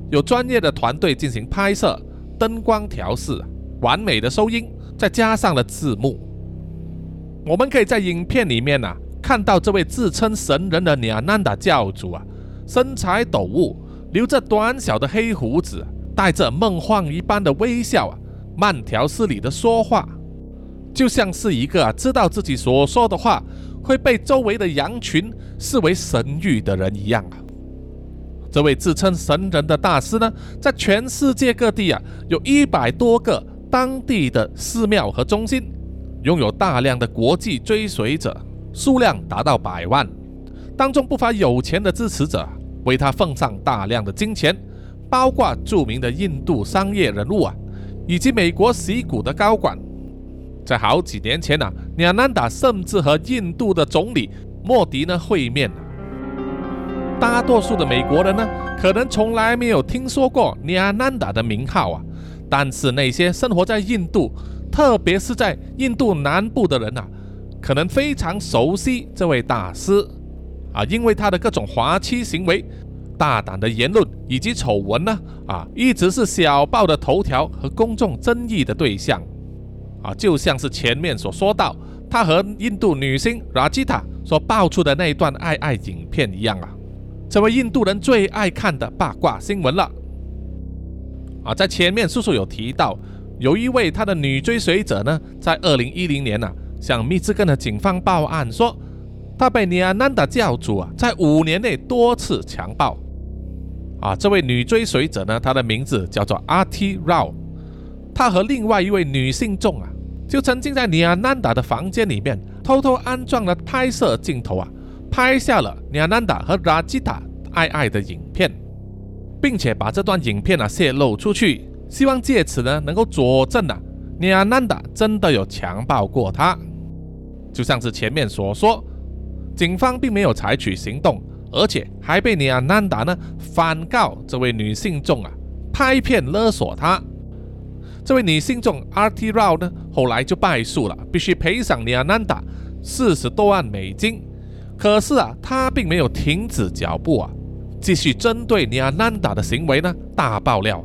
有专业的团队进行拍摄，灯光调试，完美的收音，再加上了字幕。我们可以在影片里面啊，看到这位自称神人的尼亚南达教主啊，身材陡兀，留着短小的黑胡子，带着梦幻一般的微笑啊，慢条斯理的说话，就像是一个、啊、知道自己所说的话会被周围的羊群视为神谕的人一样啊。这位自称神人的大师呢，在全世界各地啊，有一百多个当地的寺庙和中心，拥有大量的国际追随者，数量达到百万。当中不乏有钱的支持者，为他奉上大量的金钱，包括著名的印度商业人物啊，以及美国矽谷的高管。在好几年前啊，尼亚南达甚至和印度的总理莫迪呢会面。大多数的美国人呢，可能从来没有听说过尼亚南达的名号啊，但是那些生活在印度，特别是在印度南部的人啊，可能非常熟悉这位大师啊，因为他的各种滑稽行为、大胆的言论以及丑闻呢，啊，一直是小报的头条和公众争议的对象啊，就像是前面所说到，他和印度女星 Rajita 所爆出的那一段爱爱影片一样啊，成为印度人最爱看的八卦新闻了啊。在前面叔叔有提到，有一位他的女追随者呢，在二零一零年啊，向密芝根的警方报案说，他被尼亚南达教主啊，在五年内多次强暴啊。这位女追随者呢，她的名字叫做 Aarti Rao， 她和另外一位女信众啊，就曾经在尼亚南达的房间里面偷偷安装了拍摄镜头啊，拍下了尼亚南达和 Rajita 爱爱的影片，并且把这段影片啊泄露出去，希望借此呢能够佐证啊尼亚南达真的有强暴过他。就像是前面所说，警方并没有采取行动，而且还被尼亚南达呢反告这位女信众啊拍片勒索他。这位女信众 Aarti Rao 呢后来就败诉了，必须赔偿尼亚南达四十多万美金。可是啊，他并没有停止脚步啊，继续针对尼亚南达的行为呢大爆料。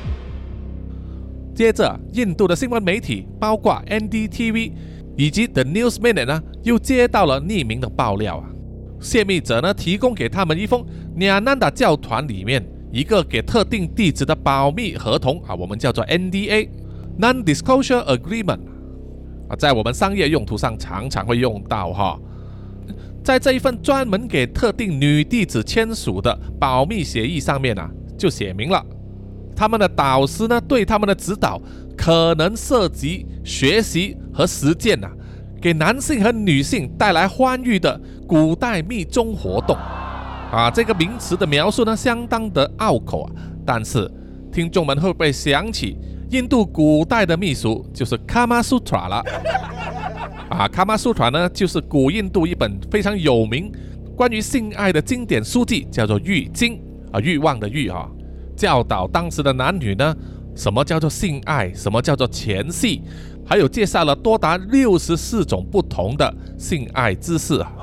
接着，印度的新闻媒体包括 N D T V 以及 The News Minute 呢，又接到了匿名的爆料啊。泄密者呢提供给他们一封尼亚南达教团里面一个给特定地址的保密合同啊，我们叫做 N D A（Non-Disclosure Agreement） 啊，在我们商业用途上常常会用到哈。在这一份专门给特定女弟子签署的保密协议上面啊，就写明了他们的导师呢对他们的指导可能涉及学习和实践啊，给男性和女性带来欢愉的古代密宗活动啊。这个名词的描述呢相当的拗口啊，但是听众们会不会想起印度古代的秘俗就是 Kama Sutra 了啊？Kama Sutra 呢就是古印度一本非常有名关于性爱的经典书籍，叫做欲经啊，欲望的欲啊，教导当时的男女呢什么叫做性爱，什么叫做前戏，还有介绍了多达六十四种不同的性爱姿势啊。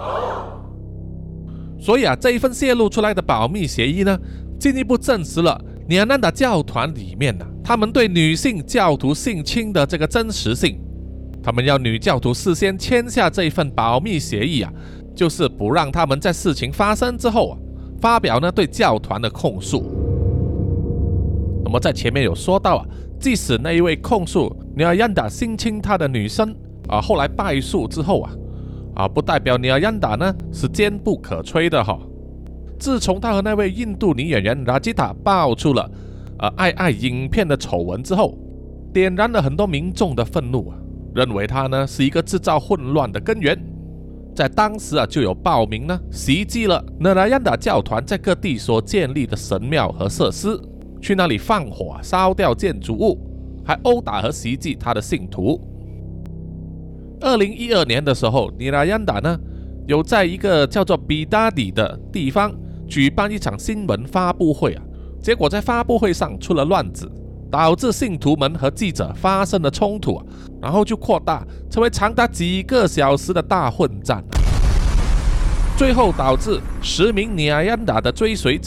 所以啊，这一份泄露出来的保密协议呢，进一步证实了尼亚南达教团里面呢、啊，他们对女性教徒性侵的这个真实性。他们要女教徒事先签下这一份保密协议啊，就是不让他们在事情发生之后啊，发表呢对教团的控诉。那么在前面有说到啊，即使那一位控诉尼亚南达性侵他的女生啊，后来败诉之后啊，啊不代表尼亚南达呢是坚不可摧的哈。自从他和那位印度女演员 Rajita 爆出了呃爱爱影片的丑闻之后，点燃了很多民众的愤怒啊，认为他呢是一个制造混乱的根源。在当时啊，就有报名呢袭击了尼亚南达教团在各地所建立的神庙和设施，去那里放火烧掉建筑物，还殴打和袭击他的信徒。二零一二年的时候，尼亚南达呢有在一个叫做比达底的地方举办一场新闻发布会啊，结果在发布会上出了乱子，导致信徒们和记者发生了冲突啊，然后就扩大成为长达几个小时的大混战啊，最后导致十名尼亚南达的追随者呢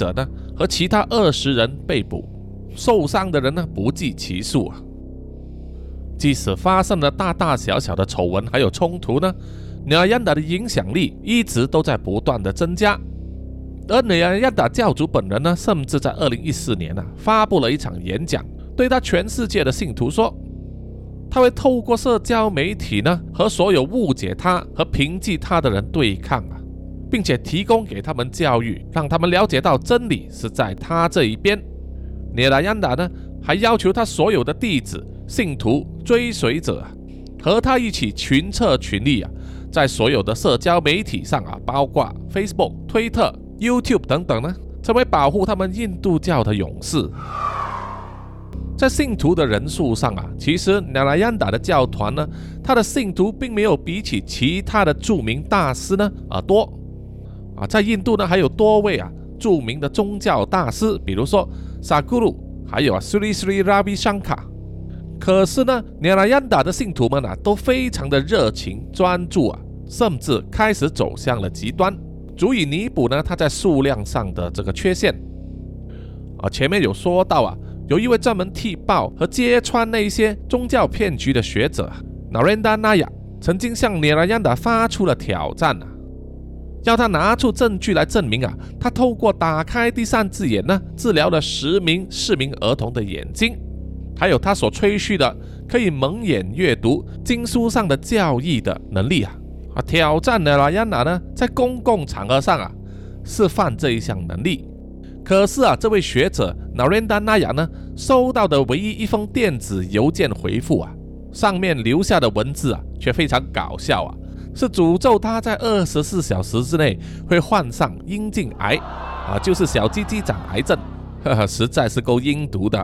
和其他二十人被捕，受伤的人呢不计其数啊。即使发生了大大小小的丑闻还有冲突呢，尼拉扬达的影响力一直都在不断的增加。而尼拉扬达教主本人呢，甚至在二零一四年啊发布了一场演讲，对他全世界的信徒说，他会透过社交媒体呢和所有误解他和评击他的人对抗啊，并且提供给他们教育，让他们了解到真理是在他这一边。尼拉扬达呢还要求他所有的弟子、信徒、追随者啊，和他一起群策群力啊，在所有的社交媒体上啊，包括 Facebook、推特、YouTube 等等呢，成为保护他们印度教的勇士。在信徒的人数上啊，其实尼拉扬达的教团呢，他的信徒并没有比起其他的著名大师呢啊多啊。在印度呢，还有多位啊著名的宗教大师，比如说萨古鲁，还有啊 Sri Sri Ravi Shankar。可是呢，尼拉扬达的信徒们啊，都非常的热情专注啊，甚至开始走向了极端，足以弥补呢他在数量上的这个缺陷。啊，前面有说到啊，有一位专门踢爆和揭穿那些宗教骗局的学者 Narendra Naya 曾经向尼拉扬达发出了挑战啊，要他拿出证据来证明啊，他透过打开第三只眼呢，治疗了十名失明儿童的眼睛，还有他所吹嘘的可以蒙眼阅读经书上的教义的能力啊，啊挑战尼拉扬达呢，在公共场合上啊示范这一项能力。可是啊，这位学者 Narendra Naya 呢，收到的唯一一封电子邮件回复啊，上面留下的文字啊，却非常搞笑啊，是诅咒他在二十四小时之内会患上阴茎癌啊，就是小鸡鸡长癌症，呵呵，实在是够阴毒的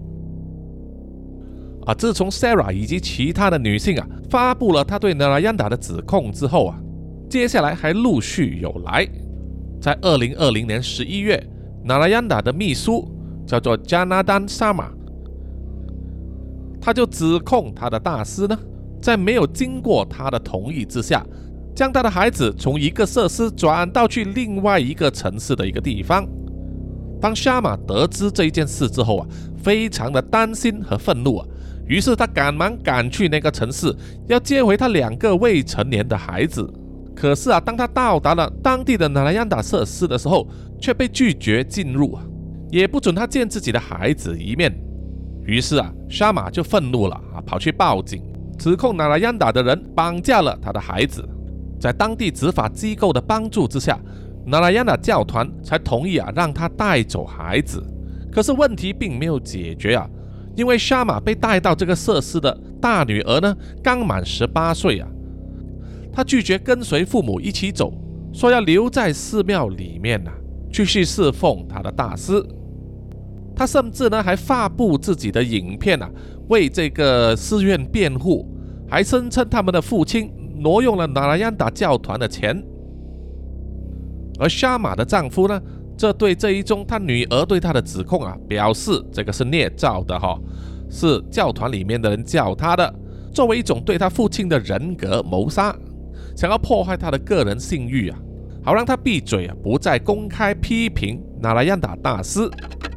啊。自从 Sarah 以及其他的女性啊发布了他对尼拉扬达的指控之后啊，接下来还陆续有来。在二零二零年十一月，尼拉扬达的秘书叫做 Janardhan Sharma， 他就指控他的大师呢，在没有经过他的同意之下，将他的孩子从一个设施转到去另外一个城市的一个地方。当 Sharma 得知这一件事之后啊，非常的担心和愤怒啊，于是他赶忙赶去那个城市，要接回他两个未成年的孩子。可是啊，当他到达了当地的尼拉扬达设施的时候，却被拒绝进入啊，也不准他见自己的孩子一面。于是啊，沙马就愤怒了啊，跑去报警，指控尼拉扬达的人绑架了他的孩子。在当地执法机构的帮助之下，尼拉扬达教团才同意啊，让他带走孩子。可是问题并没有解决啊，因为沙马被带到这个设施的大女儿呢，刚满十八岁啊，他拒绝跟随父母一起走，说要留在寺庙里面啊，继续侍奉他的大师。他甚至呢还发布自己的影片啊，为这个寺院辩护，还声称他们的父亲挪用了尼拉扬达教团的钱。而沙马的丈夫呢，这对这一宗他女儿对他的指控啊，表示这个是捏造的哈、哦，是教团里面的人叫他的，作为一种对他父亲的人格谋杀，想要破坏他的个人信誉啊，好让他闭嘴啊，不再公开批评尼拉扬达大师。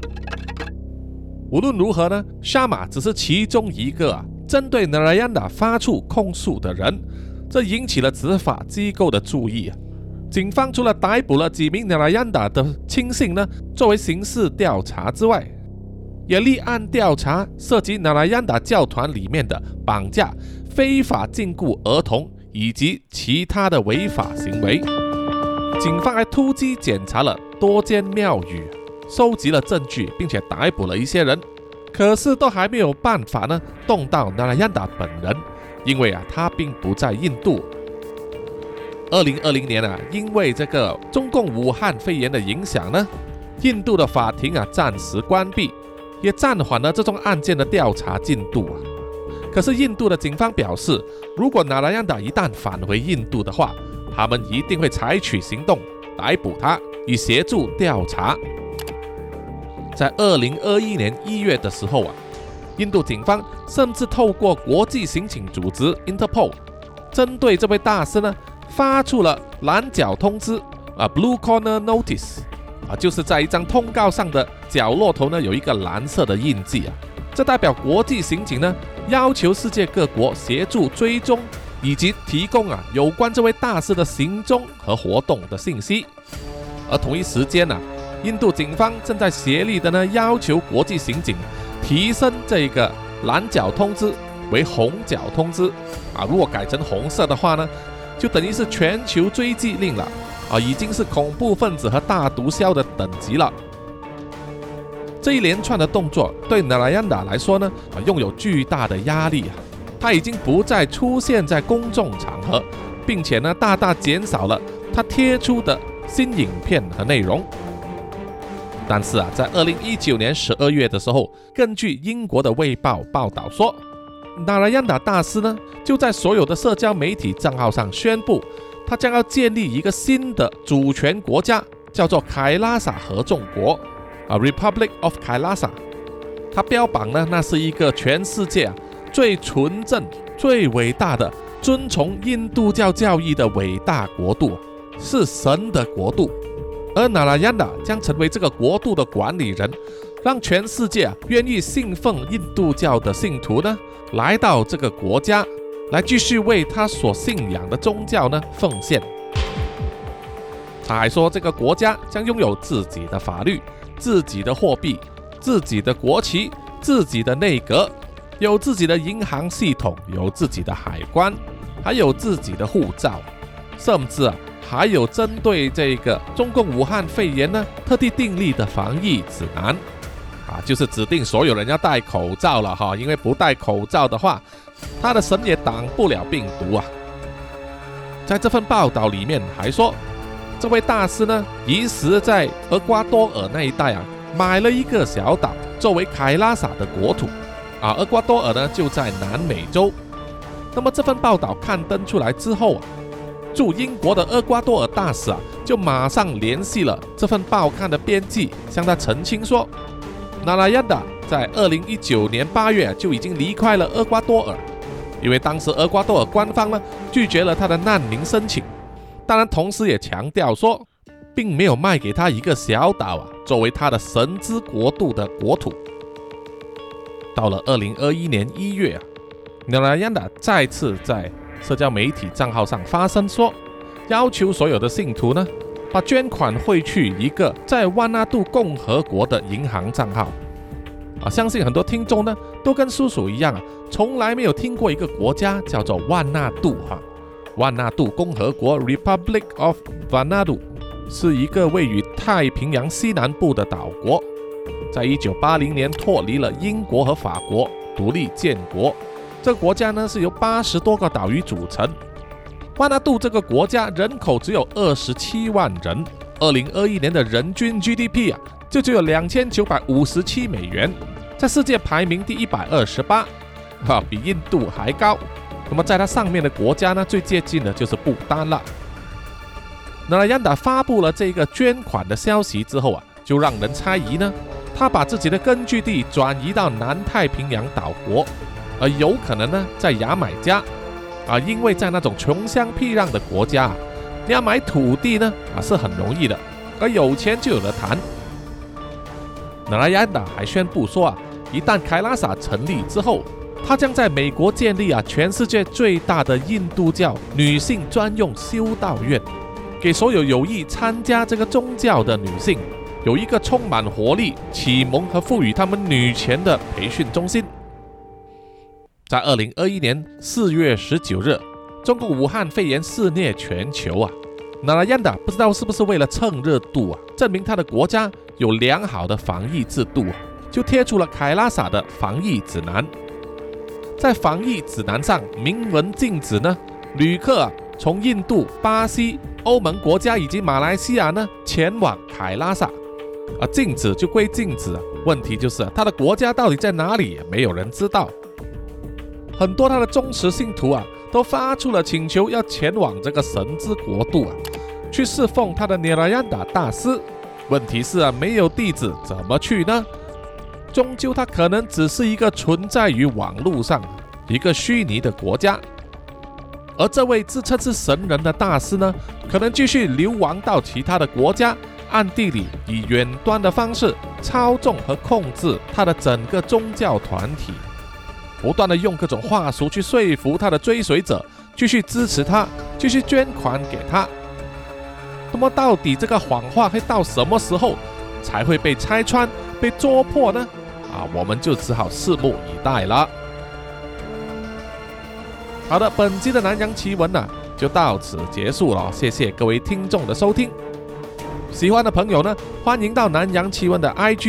无论如何呢，沙马只是其中一个啊，针对尼拉扬达发出控诉的人，这引起了执法机构的注意啊。警方除了逮捕了几名尼拉扬达的亲信呢，作为刑事调查之外，也立案调查涉及尼拉扬达教团里面的绑架、非法禁锢儿童以及其他的违法行为。警方还突击检查了多间庙宇，收集了证据，并且逮捕了一些人，可是都还没有办法呢动到尼拉扬达本人，因为啊他并不在印度。二零二零年啊，因为这个中共武汉肺炎的影响呢，印度的法庭啊暂时关闭，也暂缓了这宗案件的调查进度啊。可是印度的警方表示，如果尼拉扬达一旦返回印度的话，他们一定会采取行动逮捕他，以协助调查。在二零二一年一月的时候啊，印度警方甚至透过国际刑警组织 Interpol， 针对这位大师呢发出了蓝角通知啊 Blue Corner Notice， 啊，就是在一张通告上的角落头呢有一个蓝色的印记啊，这代表国际刑警呢要求世界各国协助追踪以及提供啊有关这位大师的行踪和活动的信息。而同一时间啊，印度警方正在协力的呢要求国际刑警提升这个蓝角通知为红角通知啊，如果改成红色的话呢，就等于是全球追击令了啊，已经是恐怖分子和大毒枭的等级了。这一连串的动作对纳拉扬达来说呢，啊，拥有巨大的压力啊，他已经不再出现在公众场合，并且呢，大大减少了他贴出的新影片和内容。但是啊，在二零一九年十二月的时候，根据英国的《卫报》报道说，纳拉扬达大师呢，就在所有的社交媒体账号上宣布，他将要建立一个新的主权国家，叫做凯拉萨合众国啊 ，Republic of Kailasa。他标榜呢，那是一个全世界啊最纯正、最伟大的、遵从印度教教义的伟大国度，是神的国度。而纳拉扬达将成为这个国度的管理人，让全世界啊愿意信奉印度教的信徒呢，来到这个国家，来继续为他所信仰的宗教呢奉献。他还说，这个国家将拥有自己的法律、自己的货币、自己的国旗、自己的内阁，有自己的银行系统，有自己的海关，还有自己的护照，甚至啊还有针对这个中共武汉肺炎呢特地订立的防疫指南啊，就是指定所有人要戴口罩了哈，因为不戴口罩的话，他的神也挡不了病毒啊。在这份报道里面还说，这位大师呢疑似在厄瓜多尔那一带啊买了一个小岛作为凯拉萨的国土啊，厄瓜多尔呢就在南美洲。那么这份报道刊登出来之后啊，驻英国的厄瓜多尔大使啊，就马上联系了这份报刊的编辑，向他澄清说，纳拉扬达在二零一九年八月就已经离开了厄瓜多尔，因为当时厄瓜多尔官方呢拒绝了他的难民申请。当然，同时也强调说，并没有卖给他一个小岛啊，作为他的神之国度的国土。到了二零二一年一月啊，纳拉扬达再次在社交媒体账号上发声说，要求所有的信徒呢，把捐款汇去一个在万纳杜共和国的银行账号啊。相信很多听众呢，都跟叔叔一样啊，从来没有听过一个国家叫做万纳杜哈。万纳杜共和国 Republic of Vanuatu 是一个位于太平洋西南部的岛国，在一九八零年脱离了英国和法国，独立建国。这个国家呢是由八十多个岛屿组成。万纳杜这个国家人口只有二十七万人，二零二一年的人均 G D P 啊就只有两千九百五十七美元，在世界排名第一百二十八，啊，比印度还高。那么在它上面的国家呢，最接近的就是不丹了。纳拉扬达发布了这个捐款的消息之后啊，就让人猜疑呢，他把自己的根据地转移到南太平洋岛国，而有可能呢在牙买加啊，因为在那种穷乡僻壤的国家啊，你要买土地呢啊是很容易的，而有钱就有得谈。纳拉扬达还宣布说啊，一旦凯拉萨成立之后，他将在美国建立啊全世界最大的印度教女性专用修道院，给所有有意参加这个宗教的女性有一个充满活力、启蒙和赋予她们女权的培训中心。在二零二一年四月十九日，中国武汉肺炎肆虐全球啊，纳拉扬达不知道是不是为了蹭热度啊，证明他的国家有良好的防疫制度啊，就贴出了凯拉萨的防疫指南。在防疫指南上明文禁止呢，旅客啊从印度、巴西、欧盟国家以及马来西亚呢前往凯拉萨啊，禁止就归禁止啊，问题就是啊，他的国家到底在哪里，没有人知道。很多他的忠实信徒啊，都发出了请求，要前往这个神之国度啊，去侍奉他的纳拉扬达大师。问题是啊，没有地址怎么去呢？终究它可能只是一个存在于网络上一个虚拟的国家，而这位自称是神人的大师呢，可能继续流亡到其他的国家， 暗地里以远端的方式操纵和控制他的整个宗教团体，不断的用各种话术去说服他的追随者继续支持他，继续捐款给他。那么到底这个谎话会到什么时候才会被拆穿、被捉破呢？啊，我们就只好拭目以待了。好的，本期的南洋奇闻呢、啊、就到此结束了，谢谢各位听众的收听。喜欢的朋友呢，欢迎到南洋奇闻的 I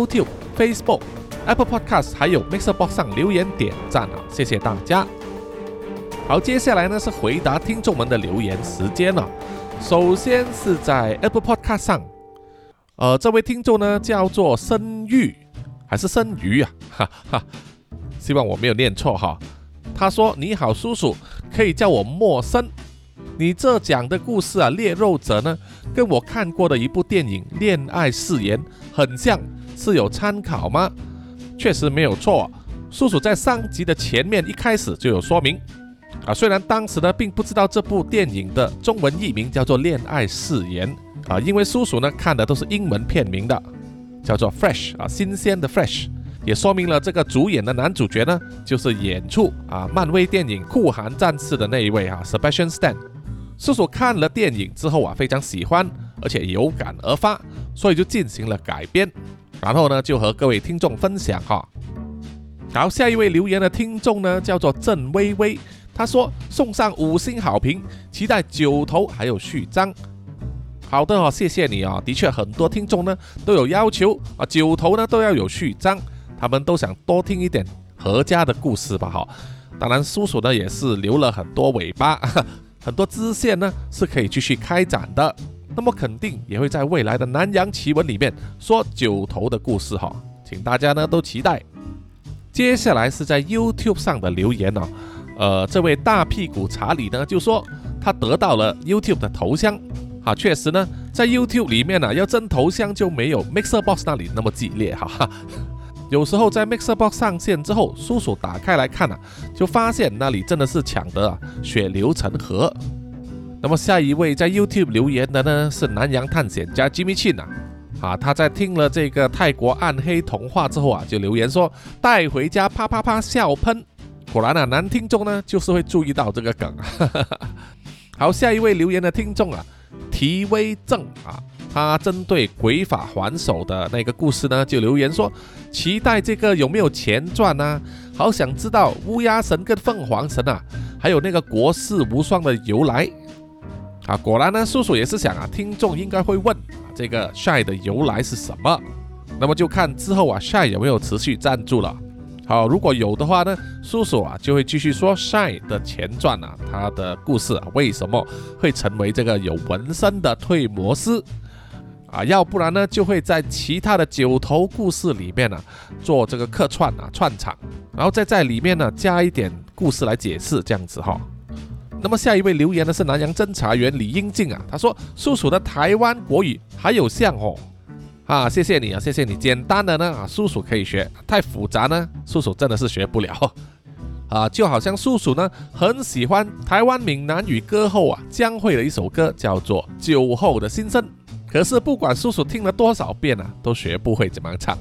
G、YouTube、Facebook、Apple Podcast 还有 Mixerbox 上留言点赞啊，谢谢大家。好，接下来呢是回答听众们的留言时间了。首先是在 Apple Podcast 上，呃，这位听众呢叫做申玉还是申鱼啊？哈哈，希望我没有念错哈。他说：“你好，叔叔，可以叫我陌生。你这讲的故事啊，猎肉者呢，跟我看过的一部电影《恋爱誓言》很像，是有参考吗？”确实没有错，叔叔在上集的前面一开始就有说明啊。虽然当时呢并不知道这部电影的中文译名叫做《恋爱誓言》啊，因为叔叔呢看的都是英文片名的，叫做 Fresh 啊，新鲜的 Fresh。也说明了这个主演的男主角呢，就是演出啊漫威电影酷寒战士的那一位啊 Sebastian Stan。叔叔看了电影之后啊，非常喜欢，而且有感而发，所以就进行了改编，然后呢就和各位听众分享哈。好，下一位留言的听众呢叫做郑微微，他说送上五星好评，期待九头还有序章。好的哦，谢谢你啊、哦，的确很多听众呢都有要求啊，九头呢都要有序章。他们都想多听一点阖家的故事吧哈，当然叔叔呢也是留了很多尾巴，很多支线呢是可以继续开展的，那么肯定也会在未来的南洋奇闻里面说九头的故事哈，请大家呢都期待。接下来是在 YouTube 上的留言哦，呃，这位大屁股查理呢就说他得到了 YouTube 的头像啊，确实呢在 YouTube 里面呢、啊、要争头像就没有 Mixerbox 那里那么激烈哈哈。有时候在 Mixerbox 上线之后，叔叔打开来看啊，就发现那里真的是抢得啊血流成河。那么下一位在 YouTube 留言的呢是南洋探险家 Jimmy Chin 啊，啊他在听了这个泰国暗黑童话之后啊，就留言说带回家啪啪啪笑喷。果然啊，男听众呢就是会注意到这个梗。好，下一位留言的听众啊，提威正啊。他针对鬼法还手的那个故事呢，就留言说期待这个有没有前传啊，好想知道乌鸦神跟凤凰神啊，还有那个国士无双的由来啊。果然呢，叔叔也是想啊，听众应该会问、啊、这个 Shy 的由来是什么，那么就看之后啊 Shy 有没有持续赞助了。好，如果有的话呢，叔叔啊就会继续说 Shy 的前传啊，他的故事啊为什么会成为这个有纹身的退魔师啊，要不然呢就会在其他的九头故事里面啊做这个客串啊串场，然后再在里面呢加一点故事来解释这样子哈。那么下一位留言的是南洋侦查员李英静啊，他说叔叔的台湾国语还有像哦啊，谢谢你啊，谢谢你。简单的呢啊，叔叔可以学；太复杂呢，叔叔真的是学不了啊。就好像叔叔呢很喜欢台湾闽南语歌后啊江蕙的一首歌，叫做《酒后的心声》。可是不管叔叔听了多少遍啊，都学不会怎么唱。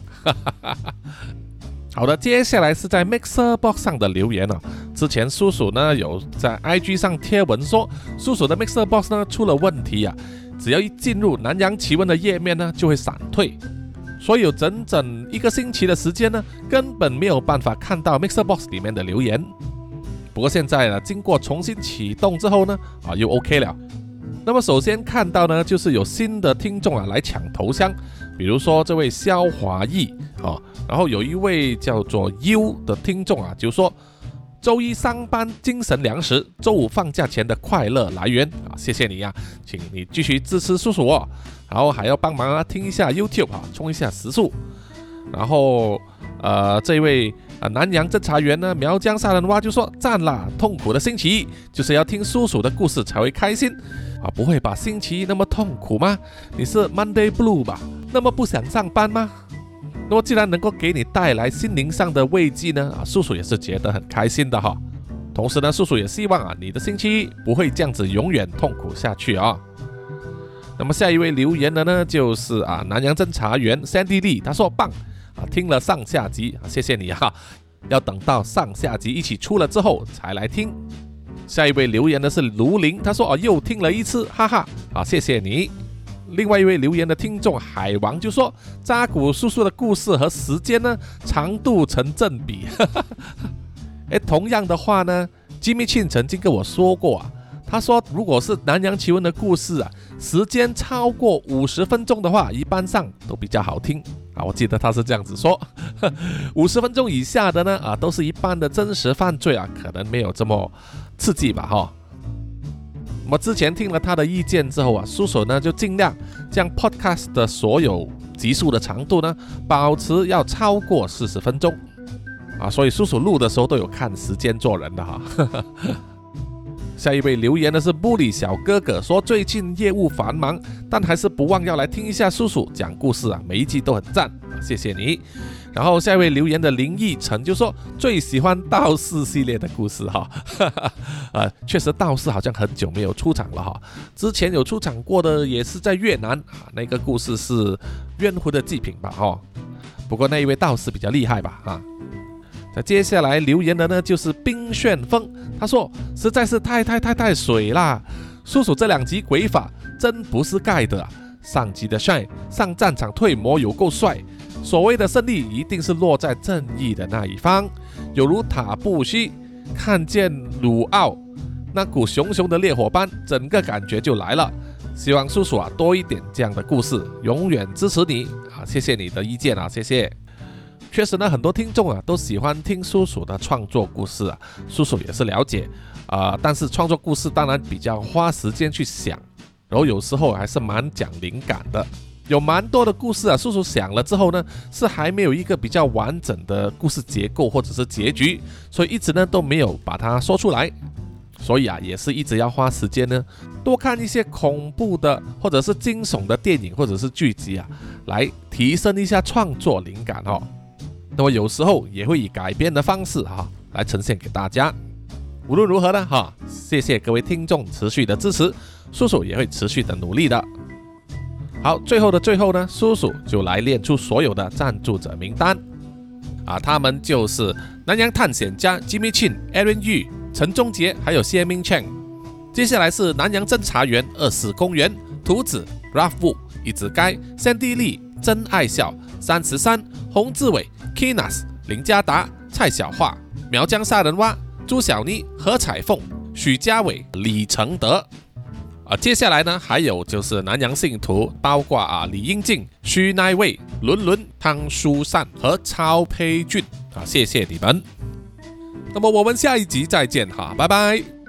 好的，接下来是在 Mixerbox 上的留言啊。之前叔叔呢有在 I G 上贴文说，叔叔的 Mixerbox 呢出了问题啊，只要一进入南洋奇闻的页面呢，就会闪退，所以有整整一个星期的时间呢，根本没有办法看到 Mixerbox 里面的留言。不过现在呢，经过重新启动之后呢，啊又 OK 了。那么首先看到呢，就是有新的听众啊来抢头像，比如说这位肖华义啊，然后有一位叫做 U 的听众啊，就说周一上班精神粮食，周五放假前的快乐来源啊，谢谢你啊，请你继续支持叔叔哦，然后还要帮忙啊听一下 YouTube 啊，冲一下时速，然后呃这位啊南洋侦查员呢苗疆杀人蛙就说赞啦，痛苦的星期一就是要听叔叔的故事才会开心啊，不会把星期一那么痛苦吗？你是 Monday Blue 吧？那么不想上班吗？那么既然能够给你带来心灵上的慰藉呢，啊，叔叔也是觉得很开心的哈。同时呢，叔叔也希望啊，你的星期一不会这样子永远痛苦下去啊。 那么下一位留言的呢，就是啊南洋侦查员 Sandy Lee， 他说棒啊，听了上下集啊，谢谢你啊，要等到上下集一起出了之后才来听。下一位留言的是卢林，他说哦又听了一次，哈哈，好谢谢你。另外一位留言的听众海王就说，扎古叔叔的故事和时间呢长度成正比。诶，同样的话呢 Jimmy Chin 曾经跟我说过啊，他说如果是南洋奇闻的故事啊，时间超过五十分钟的话，一般上都比较好听啊。我记得他是这样子说，五十分钟以下的呢啊，都是一般的真实犯罪啊，可能没有这么刺激吧哈。我之前听了他的意见之后啊，叔叔呢就尽量将 podcast 的所有集数的长度呢保持要超过四十分钟啊，所以叔叔录的时候都有看时间做人的哈。下一位留言的是布里小哥哥，说最近业务繁忙，但还是不忘要来听一下叔叔讲故事啊，每一集都很赞啊，谢谢你。然后下一位留言的林奕晨就说最喜欢道士系列的故事哈，呃，确实道士好像很久没有出场了哈，之前有出场过的也是在越南啊，那个故事是冤魂的祭品吧哈，不过那一位道士比较厉害吧哈。那接下来留言的呢就是冰旋风，他说实在是太太太太水啦，叔叔这两集鬼法真不是盖的啊，上集的帅上战场退魔有够帅，所谓的胜利一定是落在正义的那一方，有如塔布西看见鲁奥那股熊熊的烈火般，整个感觉就来了。希望叔叔啊多一点这样的故事，永远支持你啊！谢谢你的意见啊，谢谢。确实呢，很多听众啊都喜欢听叔叔的创作故事啊，叔叔也是了解啊、呃，但是创作故事当然比较花时间去想，然后有时候还是蛮讲灵感的。有蛮多的故事啊，叔叔想了之后呢，是还没有一个比较完整的故事结构或者是结局，所以一直呢都没有把它说出来。所以啊，也是一直要花时间呢，多看一些恐怖的或者是惊悚的电影或者是剧集啊，来提升一下创作灵感哦。那么有时候也会以改编的方式哈、啊、来呈现给大家。无论如何呢哈、啊，谢谢各位听众持续的支持，叔叔也会持续的努力的。好，最后的最后呢，叔叔就来列出所有的赞助者名单啊，他们就是南洋探险家 Jimmy Chin、Aaron Yu、陈忠杰还有谢明 Cheng。接下来是南洋侦查员二世公园、图子、Ralph Wu、一直该、Sandy Lee、真爱笑、三十三、洪志伟、Kinas、林家达、蔡小桦、苗疆杀人蛙、朱小妮、何彩凤、许家伟、李承德。啊，接下来呢，还有就是南洋信徒，包括啊李英静、徐乃卫、伦伦、汤书善和曹培俊啊，谢谢你们。那么我们下一集再见哈，拜拜。